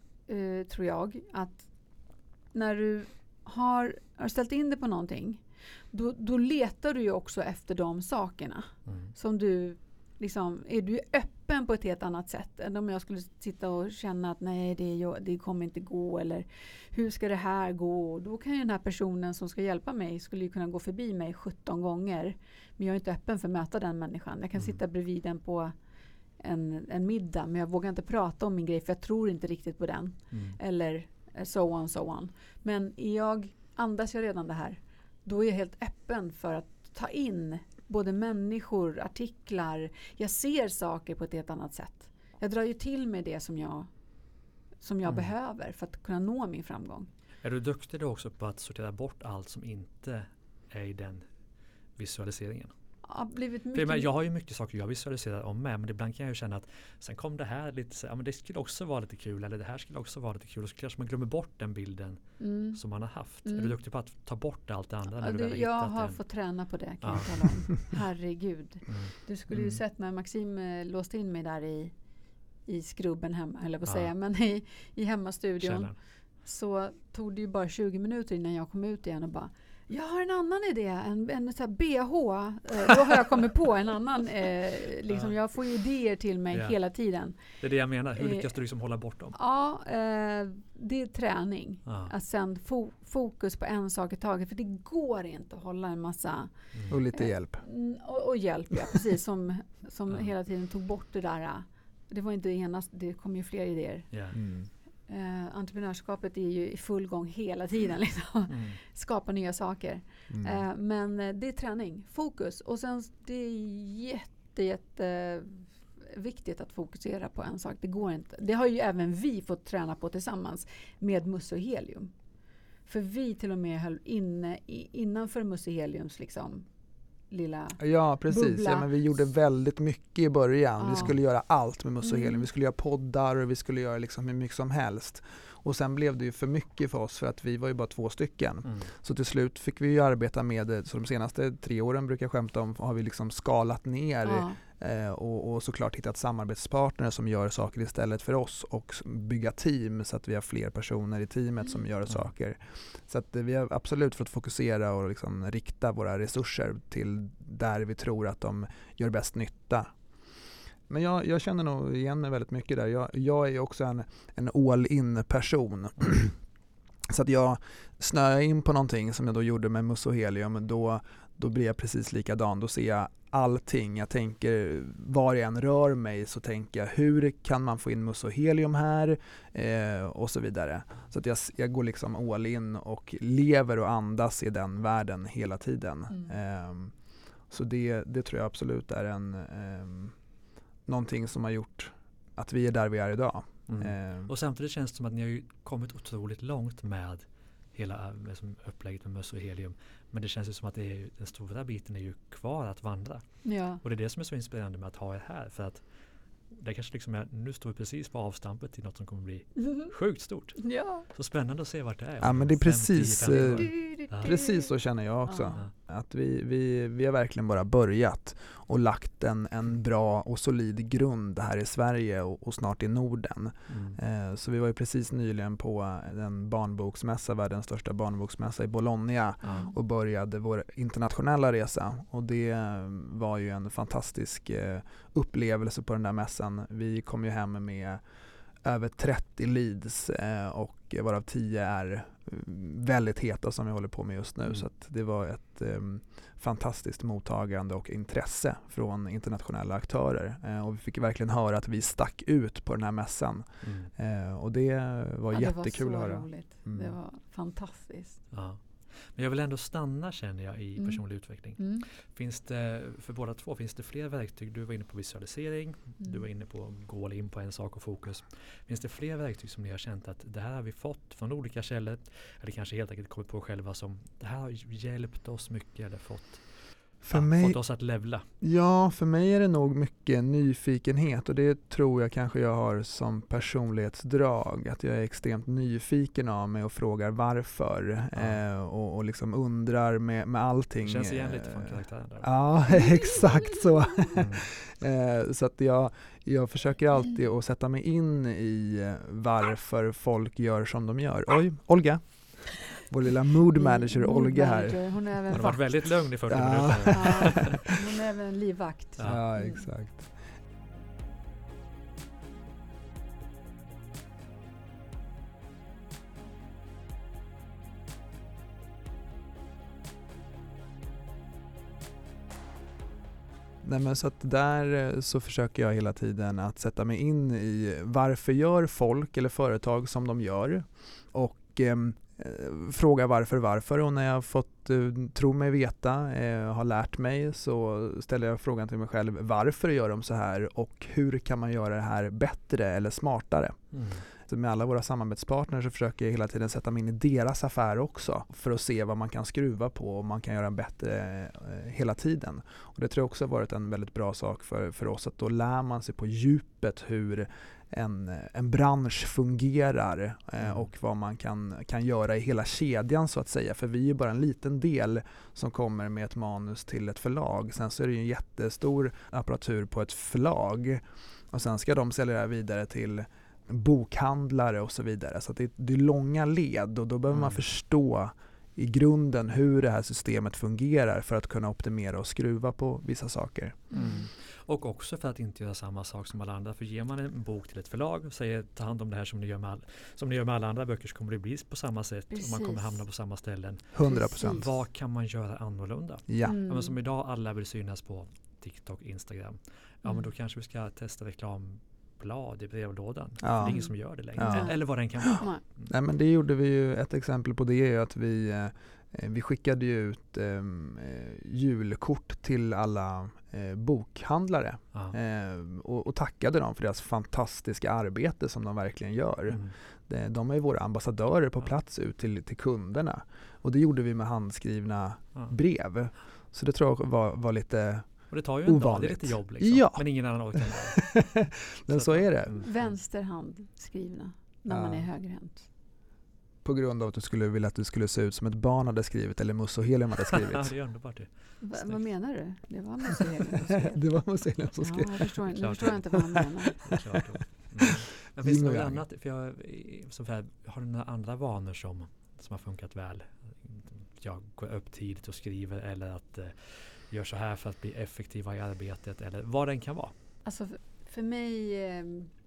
eh, tror jag, att när du har, har ställt in dig på någonting, då, då letar du ju också efter de sakerna Mm. som du, liksom, är du öppen på ett helt annat sätt än om jag skulle sitta och känna att nej, det, är jag, det kommer inte gå, eller hur ska det här gå? Då kan ju den här personen som ska hjälpa mig skulle ju kunna gå förbi mig sjutton gånger, men jag är inte öppen för att möta den människan. Jag kan Mm. sitta bredvid den på en, en middag, men jag vågar inte prata om min grej för jag tror inte riktigt på den, Mm. eller so on, so on. Men jag andas jag redan det här, då är jag helt öppen för att ta in både människor, artiklar. Jag ser saker på ett helt annat sätt. Jag drar ju till mig det som jag, som jag Mm. behöver för att kunna nå min framgång. Är du duktig då också på att sortera bort allt som inte är i den visualiseringen? Jag har blivit För jag, mycket... menar, jag har ju mycket saker jag visualiserar om med, men ibland kan jag ju känna att sen kom det här lite så, ja, men det skulle också vara lite kul, eller det här skulle också vara lite kul, och så kanske man glömmer bort den bilden mm. som man har haft. Mm. Är du duktig på att ta bort allt det andra? Ja, när du du, väl har jag hittat har en- fått träna på det, kan Ja. jag tala om. Herregud. Mm. Du skulle ju Mm. sett när Maxim eh, låste in mig där i, i skrubben hemma, höll jag på att Ja. säga, men i, i hemmastudion. Källaren. Så tog det ju bara tjugo minuter innan jag kom ut igen och bara, jag har en annan idé, en, en sån här B H. Eh, då har jag kommit på en annan, eh, liksom, Ja. jag får ju idéer till mig Ja. hela tiden. Det är det jag menar. Hur Eh, lyckas du liksom hålla bort dem? Ja, eh, det är träning. Ja. Att sen fo- fokus på en sak i taget, för det går inte att hålla en massa Mm. Och lite hjälp. Mm, och, och hjälp, ja, precis, som, som Ja. hela tiden tog bort det där. äh, Det var inte det ena, det kom ju fler idéer. Ja. Mm. Eh, entreprenörskapet är ju i full gång hela tiden. Liksom. Mm. Skapa nya saker. Mm. Eh, men eh, det är träning, fokus. Och sen det är jätte, jätte viktigt att fokusera på en sak. Det går inte. Det har ju även vi fått träna på tillsammans med Musse och Helium. För vi till och med höll inne i, innanför Musse Heliums liksom lilla... Ja, precis. bubbla. Ja, men vi gjorde väldigt mycket i början. Ja. Vi skulle göra allt med Musse och Mm. Helium. Vi skulle göra poddar och vi skulle göra liksom hur mycket som helst. Och sen blev det ju för mycket för oss för att vi var ju bara två stycken. Mm. Så till slut fick vi ju arbeta med, så de senaste tre åren brukar jag skämta om, har vi liksom skalat ner Ja. Eh, och, och såklart hitta ett samarbetspartner som gör saker istället för oss och bygga team så att vi har fler personer i teamet som gör saker. Så att eh, vi har absolut fått fokusera och liksom rikta våra resurser till där vi tror att de gör bäst nytta. Men jag, jag känner nog igen mig väldigt mycket där. Jag, jag är också en, en all-in person. Så att jag snöar in på någonting som jag då gjorde med Musso Helium, då, då blir jag precis likadan. Då ser jag allting. Jag tänker, var jag än rör mig så tänker jag, hur kan man få in Musso Helium här? Eh, och så vidare. Så att jag, jag går liksom all in och lever och andas i den världen hela tiden. Mm. Eh, så det, det tror jag absolut är en, eh, någonting som har gjort att vi är där vi är idag. Mm. Eh. Och samtidigt känns det som att ni har ju kommit otroligt långt med hela liksom, upplägget med Musso Helium. Men det känns ju som att det är, den stora biten är ju kvar att vandra. Ja. Och det är det som är så inspirerande med att ha er här. För att det kanske liksom är, nu står vi precis på avstampet till något som kommer bli mm. sjukt stort. Ja. Så spännande att se vart det är. Ja, men det är precis, eh, precis så känner jag också. Ja. Att vi, vi, vi har verkligen bara börjat och lagt en, en bra och solid grund här i Sverige och, och snart i Norden. Mm. Eh, så vi var ju precis nyligen på en barnboksmässa, världens största barnboksmässa i Bologna mm. och började vår internationella resa. Och det var ju en fantastisk eh, upplevelse på den där mässan. Vi kom ju hem med över trettio leads eh, och varav tio är väldigt heta som vi håller på med just nu. Mm. Så att det var ett eh, fantastiskt mottagande och intresse från internationella aktörer. Eh, och vi fick verkligen höra att vi stack ut på den här mässan. Mm. Eh, och det var ja, jättekul det var att höra. Roligt. Mm. Det var fantastiskt. Ja. Men jag vill ändå stanna, känner jag, i mm. personlig utveckling. Mm. Finns det, för båda två, finns det fler verktyg? Du var inne på visualisering, mm. du var inne på att gå in på en sak och fokus. Finns det fler verktyg som ni har känt att det här har vi fått från olika källor? Eller kanske helt enkelt kommit på själva som det här har hjälpt oss mycket eller fått, för ja, mig, fått oss att levla? Ja, för mig är det nog mycket nyfikenhet och det tror jag kanske jag har som personlighetsdrag. Att jag är extremt nyfiken av mig och frågar varför ja. eh, och, och liksom undrar med, med allting. Det känns igen lite från karaktären där. Ja, exakt så. Mm. eh, så att jag, jag försöker alltid att sätta mig in i varför folk gör som de gör. Oj, Olga. Vår lilla mood manager mood Olga manager. här. Hon är även har varit väldigt lugn i fyrtio ja. minuter. Ja, hon är även livvakt. Ja, ja exakt. Nej, men så att där så försöker jag hela tiden att sätta mig in i varför gör folk eller företag som de gör och eh, fråga varför varför och när jag fått eh, tro mig veta, eh, har lärt mig, så ställer jag frågan till mig själv, varför gör de så här och hur kan man göra det här bättre eller smartare? Mm. Så med alla våra samarbetspartners så försöker jag hela tiden sätta mig in i deras affär också för att se vad man kan skruva på och man kan göra bättre eh, hela tiden. Och det tror jag också har varit en väldigt bra sak för, för oss, att då lär man sig på djupet hur en, en bransch fungerar eh, och vad man kan, kan göra i hela kedjan så att säga. För vi är bara en liten del som kommer med ett manus till ett förlag. Sen så är det ju en jättestor apparatur på ett förlag och sen ska de sälja det vidare till bokhandlare och så vidare. Så att det, är, det är långa led och då behöver mm. man förstå i grunden hur det här systemet fungerar för att kunna optimera och skruva på vissa saker. Mm. Och också för att inte göra samma sak som alla andra. För ger man en bok till ett förlag och säger ta hand om det här som ni gör med, all, som ni gör med alla andra böcker, så kommer det bli på samma sätt. Precis. Och man kommer hamna på samma ställen. hundra procent. Vad kan man göra annorlunda? Ja. Mm. Ja, men som idag alla vill synas på TikTok, Instagram. Ja, mm. men då kanske vi ska testa reklamblad i brevlådan. Ja. Det är ingen som gör det längre. Ja. Eller vad den kan vara. Mm. Nej, men det gjorde vi ju, ett exempel på det är ju att vi eh, vi skickade ju ut eh, julkort till alla eh, bokhandlare eh, och, och tackade dem för deras fantastiska arbete som de verkligen gör. Mm. De, de är våra ambassadörer på ja. plats ut till, till kunderna. Och det gjorde vi med handskrivna ja. brev. Så det tror jag var, var lite och det tar ju en ovanligt. Dag, det är lite jobb liksom. Ja. Men ingen annan orkar Men så, så är det. Mm. Vänsterhand skrivna när ja. man är högerhänt. på grund av att du skulle vilja att du skulle se ut som ett barn hade skrivit eller Musse och Helium hade skrivit. Ja, det är underbart det. Va, vad menar du? Det var Musse och Helium som skrev. Det var Musse och Helium som skrev. Ja, jag förstår, nu förstår jag inte vad han menar. Klart då. Mm. Men finns det något annat? För jag, så här, har du några andra vanor som, som har funkat väl? Jag går upp tidigt och skriver eller att eh, gör så här för att bli effektiva i arbetet eller vad den kan vara. Alltså för, för mig eh,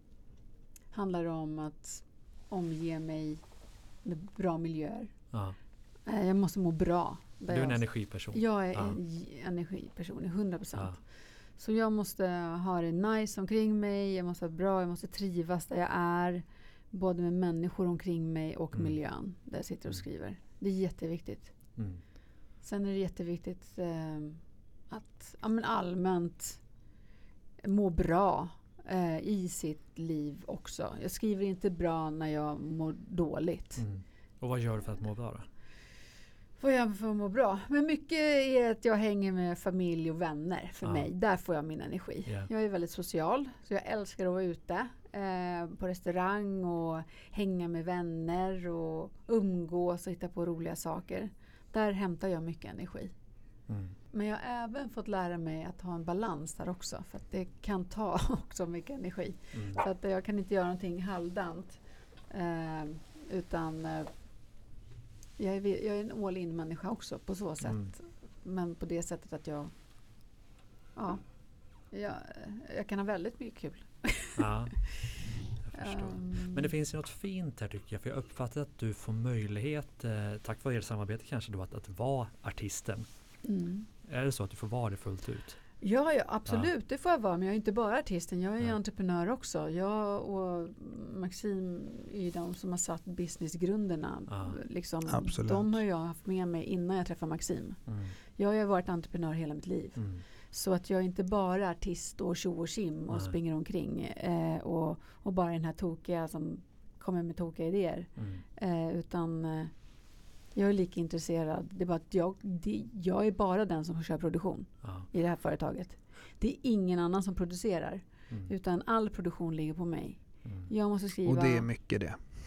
handlar det om att omge mig med bra miljöer. Ja. Eh, jag måste må bra. Du är en energiperson. Jag är ja. en energiperson, hundra procent. Ja. Så jag måste ha det nice omkring mig, jag måste vara bra, jag måste trivas där jag är. Både med människor omkring mig och Mm. miljön där jag sitter och skriver. Det är jätteviktigt. Mm. Sen är det jätteviktigt eh, att ja, men allmänt må bra eh, i sitt liv också. Jag skriver inte bra när jag mår dåligt. Mm. Och vad gör du för att må bra då? Vad gör jag för att må bra? Men mycket är att jag hänger med familj och vänner för Ja. mig. Där får jag min energi. Yeah. Jag är väldigt social, så jag älskar att vara ute eh, på restaurang och hänga med vänner och umgås och hitta på roliga saker. Där hämtar jag mycket energi. Mm. Men jag har även fått lära mig att ha en balans där också. För att det kan ta också mycket energi. Mm. Så att jag kan inte göra någonting halvdant. Eh, utan eh, jag, är, jag är en all-in-människa också på så sätt. Mm. Men på det sättet att jag... Ja, jag, jag kan ha väldigt mycket kul. Ja, jag förstår. Um, Men det finns ju något fint här tycker jag. För jag uppfattar att du får möjlighet, eh, tack vare ert samarbete kanske då, att, att vara artisten. mm. Är det så att du får vara det fullt ut? Ja, ja, absolut. Det får jag vara. Men jag är inte bara artisten. Jag är ju Ja. entreprenör också. Jag och Maxim är de som har satt businessgrunderna. Ja. Liksom, Absolut. de har jag haft med mig innan jag träffade Maxim. Mm. Jag har ju varit entreprenör hela mitt liv. Mm. Så att jag är inte bara artist och tjo och tjim och Nej. springer omkring. Eh, och, och bara den här tokiga som kommer med tokiga idéer. Mm. Eh, utan eh, jag är lika intresserad. Det är bara att jag, det, jag är bara den som kör produktion Ja. i det här företaget. Det är ingen annan som producerar. Mm. Utan all produktion ligger på mig. Mm. Jag måste skriva... Och det är mycket det.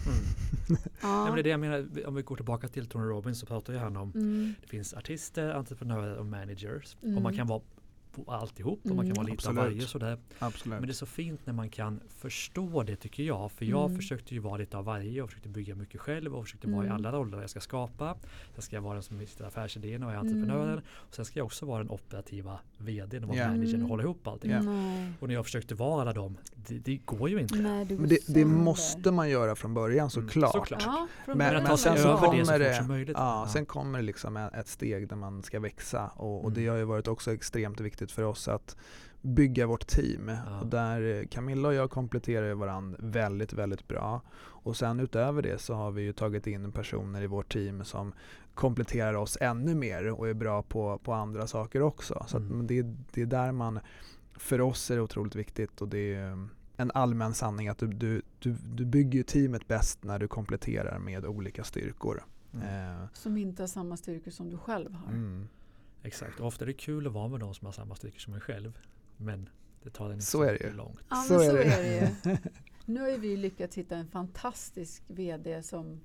Mm. Ja. Nej, men det är det jag menar, om vi går tillbaka till Tony Robbins så pratar ju han om Mm. det finns artister, entreprenörer och managers. Mm. Och man kan vara på alltihop och man Mm. kan vara lite Absolut. av varje sådär. Absolut. Men det är så fint när man kan förstå det tycker jag. För jag Mm. försökte ju vara lite av varje och försökte bygga mycket själv och försökte vara i Mm. alla roller jag ska skapa. Sen ska jag vara den som hittar affärsidén och är entreprenören. Mm. Och sen ska jag också vara den operativa vdn och Ja. managern Mm. och hålla ihop allting. Ja. Nej. Och när jag försökte vara alla dem, det, det går ju inte. Nej, du Men det, det sönder. måste man göra från början såklart. såklart. Ja, från Men, början men ta sen sig så över det så kommer fort det, som möjligt. ja, Ja. sen kommer det liksom ett ett steg där man ska växa och, och det Mm. har ju varit också extremt viktigt för oss att bygga vårt team. Ja. Och där Camilla och jag kompletterar ju varandra väldigt, väldigt bra. Och sen utöver det så har vi ju tagit in personer i vårt team som kompletterar oss ännu mer och är bra på, på andra saker också. Så Mm. att det, det är där man, för oss är det otroligt viktigt och det är en allmän sanning att du, du, du, du bygger ju teamet bäst när du kompletterar med olika styrkor. Mm. Eh, Som inte har samma styrkor som du själv har. mm. Exakt. Och ofta är det kul att vara med de som har samma styrkor som en själv. Men det tar en inte Så är det ju. långt. Ja, men Så så, är det. är det ju. Nu har ju vi lyckats hitta en fantastisk vd som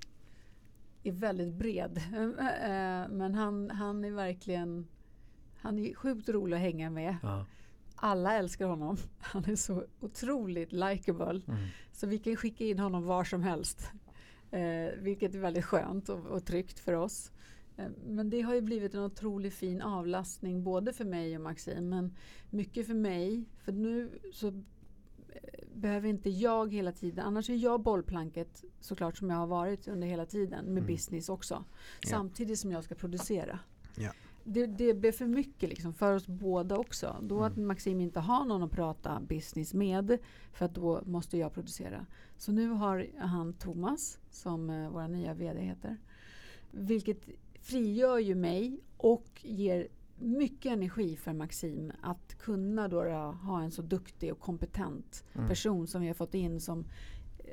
är väldigt bred. Eh, Men han, han är verkligen han är sjukt rolig att hänga med. Ja. Alla älskar honom. Han är så otroligt likeable. Mm. Så vi kan skicka in honom var som helst. Eh, vilket är väldigt skönt och, och tryggt för oss. Eh, men det har ju blivit en otroligt fin avlastning både för mig och Maxim. Men mycket för mig. För nu så eh, behöver inte jag hela tiden. Annars är jag bollplanket såklart som jag har varit under hela tiden. Med Mm. business också. Ja. Samtidigt som jag ska producera. Ja. Det, det blev för mycket liksom för oss båda också. Då Mm. att Maxim inte har någon att prata business med. För att då måste jag producera. Så nu har han Thomas som eh, vår nya vd heter. Vilket frigör ju mig och ger mycket energi för Maxim att kunna då ha en så duktig och kompetent Mm. person som vi har fått in som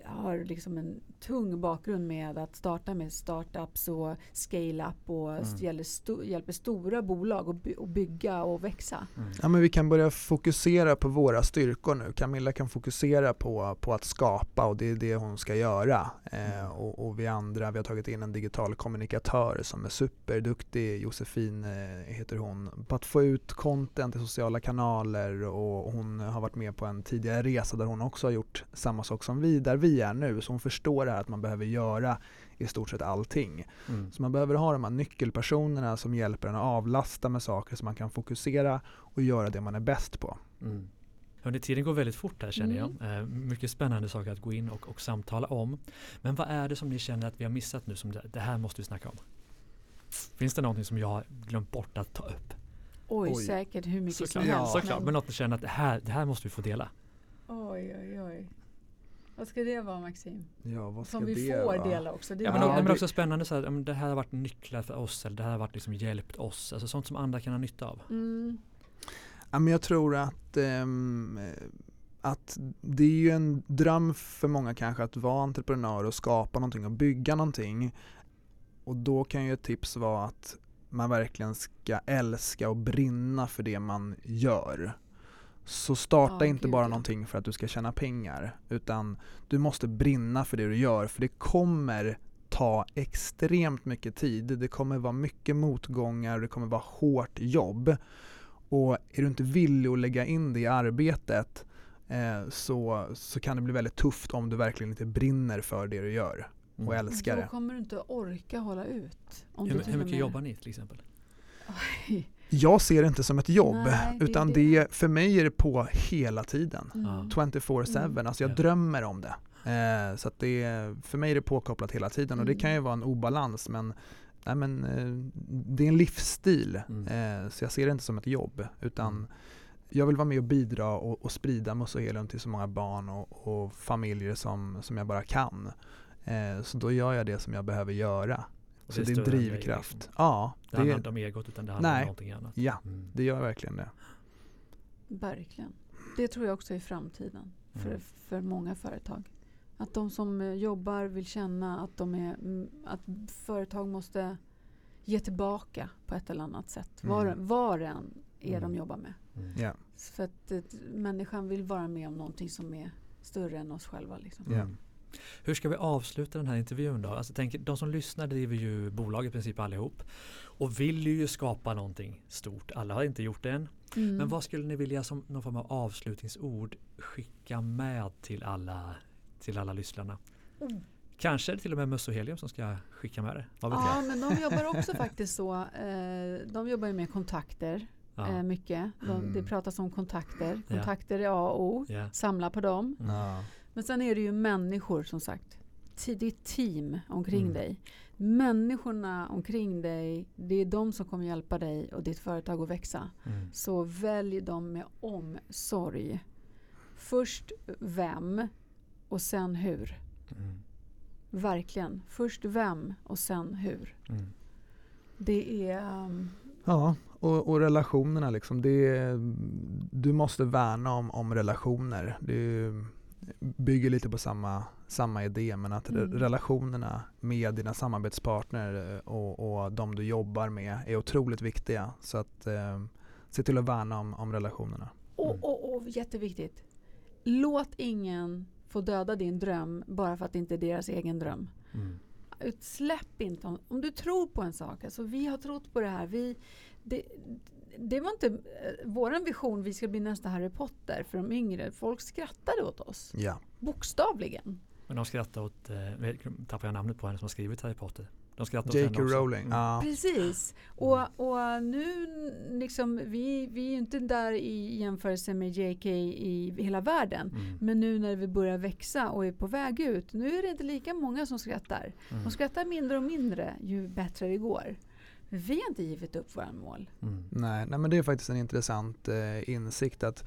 har liksom en tung bakgrund med att starta med startups och scale-up och Mm. hjälper, sto- hjälper stora bolag att by- att bygga och växa. Mm. Ja, men vi kan börja fokusera på våra styrkor nu. Camilla kan fokusera på, på att skapa och det är det hon ska göra. Eh, och, och vi andra, vi har tagit in en digital kommunikatör som är superduktig, Josefin eh, heter hon, på att få ut content i sociala kanaler, och hon har varit med på en tidigare resa där hon också har gjort samma sak som vi, där vi är nu. Så hon förstår det här att man behöver göra i stort sett allting. Mm. Så man behöver ha de här nyckelpersonerna som hjälper en att avlasta med saker så man kan fokusera och göra det man är bäst på. Mm. Hörrni, tiden går väldigt fort här känner Mm. jag. Eh, mycket spännande saker att gå in och, och samtala om. Men vad är det som ni känner att vi har missat nu som det, det här måste vi snacka om? Finns det någonting som jag har glömt bort att ta upp? Oj, Oj. säkert hur mycket Såklart, som Ja. helst. såklart. Men något ni känner att det här, det här måste vi få dela. Oj, oj, oj. Vad ska det vara, Maxim? Ja, vad ska Som vi det får vara? dela också. Det Ja, är men, Ja, ja, men det- också spännande så här, ja, men det här har varit nycklar för oss eller det här har varit liksom hjälpt oss. Alltså sånt som andra kan ha nytta av. Mm. Ja, men jag tror att, ehm, att det är ju en dröm för många kanske att vara entreprenör och skapa någonting och bygga någonting. Och då kan ju ett tips vara att man verkligen ska älska och brinna för det man gör. Så starta Ja, inte gud, bara ja. någonting för att du ska tjäna pengar, utan du måste brinna för det du gör, för det kommer ta extremt mycket tid. Det kommer vara mycket motgångar, det kommer vara hårt jobb. Och är du inte villig att lägga in det i arbetet eh, så, så kan det bli väldigt tufft om du verkligen inte brinner för det du gör och Mm. älskar Då det. kommer du inte orka hålla ut. Om Hur, du hur till och mycket med- jobbar ni till exempel? Oj. Jag ser det inte som ett jobb, Nej, det är utan det. det, för mig är det på hela tiden. Mm. tjugofyra sju, Mm. alltså jag Ja. drömmer om det. Eh, så att det, för mig är det påkopplat hela tiden, och det Mm. kan ju vara en obalans, men, nej, men eh, det är en livsstil. Mm. Eh, så jag ser det inte som ett jobb, utan Mm. jag vill vara med och bidra och, och sprida Musso-Helium till så många barn och, och familjer som, som jag bara kan. Eh, så då gör jag det som jag behöver göra. Och Så är det är en större än dig, drivkraft. liksom. Ja, Det handlar det, inte om egot utan det handlar Nej. om någonting annat. ja, Mm. det gör verkligen det. Verkligen. Det tror jag också är framtiden för, Mm. för många företag. Att de som eh, jobbar vill känna att, de är, mm, att företag måste ge tillbaka på ett eller annat sätt. Var, Mm. var än är Mm. de jobbar med. Mm. Ja. För att eh, människan vill vara med om någonting som är större än oss själva. Liksom. Ja. Mm. Hur ska vi avsluta den här intervjun då? Alltså, tänk, de som lyssnar driver ju bolag i princip allihop och vill ju skapa någonting stort. Alla har inte gjort det än. Mm. Men vad skulle ni vilja som någon form av avslutningsord skicka med till alla, till alla lyssnarna? Mm. Kanske till och med Musso-Helium som ska skicka med det. Vad vet Ja, jag? men de jobbar också faktiskt så. Eh, de jobbar ju med kontakter Ja. eh, mycket. De, Mm. Det pratas om kontakter. Ja. Kontakter är A och O. Ja. Samla på dem. Mm. Ja. Men sen är det ju människor som sagt. Tidigt team omkring Mm. dig. Människorna omkring dig, det är de som kommer hjälpa dig och ditt företag att växa. Mm. Så välj dem med omsorg. Först vem och sen hur. Mm. Verkligen. Först vem och sen hur. Mm. Det är... Um, Ja, och, och relationerna liksom. Det är, du måste värna om, om relationer. Det bygger lite på samma, samma idé, men att re- Mm. relationerna med dina samarbetspartner och, och de du jobbar med är otroligt viktiga. Så att eh, se till att värna om, om relationerna. och, Mm. och, och jätteviktigt. Låt ingen få döda din dröm bara för att det inte är deras egen dröm. Mm. Ut- Släpp inte. Om, om du tror på en sak. Alltså vi har trott på det här. Vi, det, det var inte eh, våran vision. Vi ska bli nästa Harry Potter för de yngre. Folk skrattade åt oss. Ja. Bokstavligen. Men de skrattar åt, eh, tappar jag namnet på henne som har skrivit Harry Potter. De skrattar åt J henne K. också. Rowling. Mm. Ja. Precis. Och, och nu liksom, vi, vi är ju inte där i jämförelse med J K i hela världen. Mm. Men nu när vi börjar växa och är på väg ut, nu är det inte lika många som skrattar. Mm. De skrattar mindre och mindre ju bättre det går. Men vi har inte givit upp våra mål. Mm. Nej, nej, men det är faktiskt en intressant eh, insikt att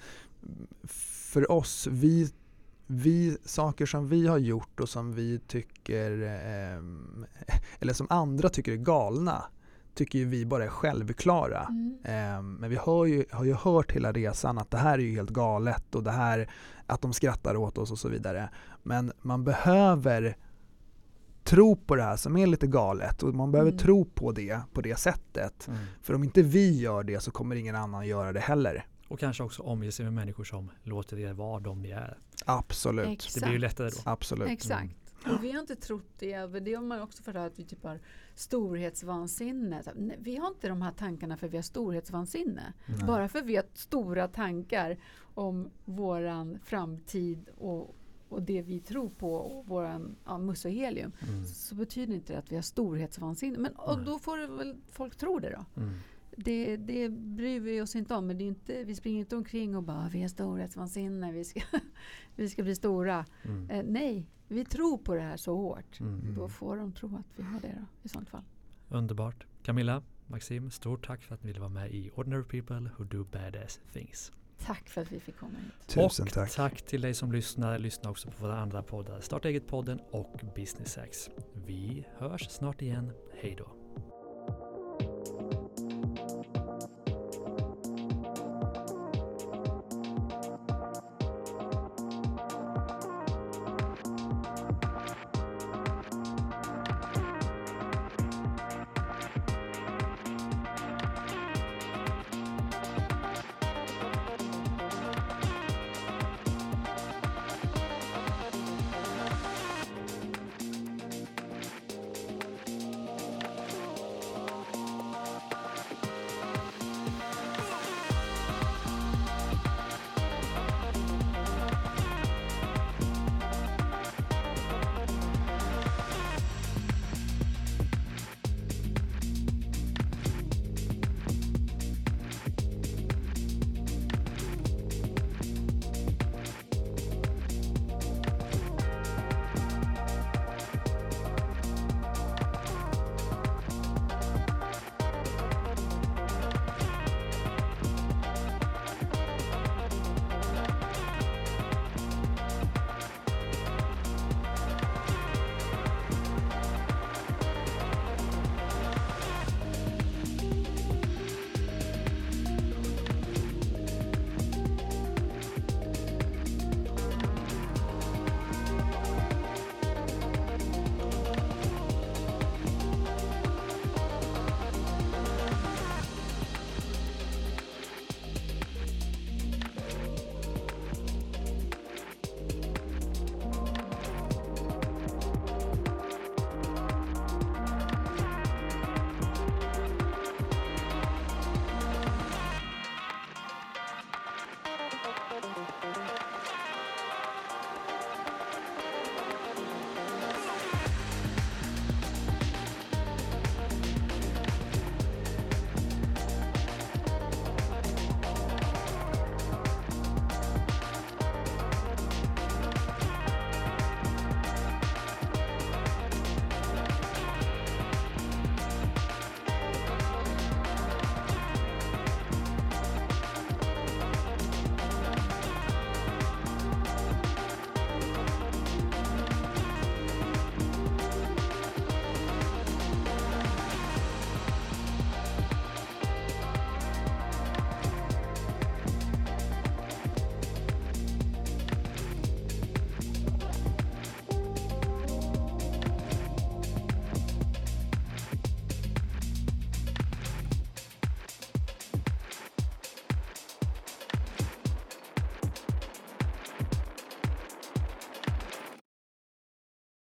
för oss, vi, vi, saker som vi har gjort och som vi tycker, eh, eller som andra tycker är galna, tycker ju vi bara är självklara. Mm. Eh, men vi har ju, har ju hört hela resan att det här är ju helt galet och det här att de skrattar åt oss och så vidare. Men man behöver tro på det här som är lite galet och man behöver Mm. tro på det på det sättet. Mm. För om inte vi gör det så kommer ingen annan göra det heller. Och kanske också omge sig med människor som låter er vara de ni är. Absolut. Exakt. Det blir ju lättare då. Absolut. Exakt. Och vi har inte trott det. Det har man också för att vi typ har storhetsvansinne. Så, nej, vi har inte de här tankarna för vi har storhetsvansinne. Nej. Bara för vi har stora tankar om våran framtid och, och det vi tror på och våran ja, mus och helium. Mm. Så betyder inte det att vi har storhetsvansinne. Men och Nej. då får det väl folk tro det då. Mm. Det, det bryr vi oss inte om. Men det är inte, vi springer inte omkring och bara vi har storhetsvansinne. Vi ska, vi ska bli stora. Mm. Eh, nej, vi tror på det här så hårt. Mm. Då får de tro att vi har det då, i sånt fall. Underbart. Camilla, Maxim, stort tack för att ni ville vara med i Ordinary People Who Do Badass Things. Tack för att vi fick komma hit. Tusen och tack. tack till dig som lyssnar. Lyssna också på våra andra poddar. Starta eget-podden och Business Hacks. Vi hörs snart igen. Hej då.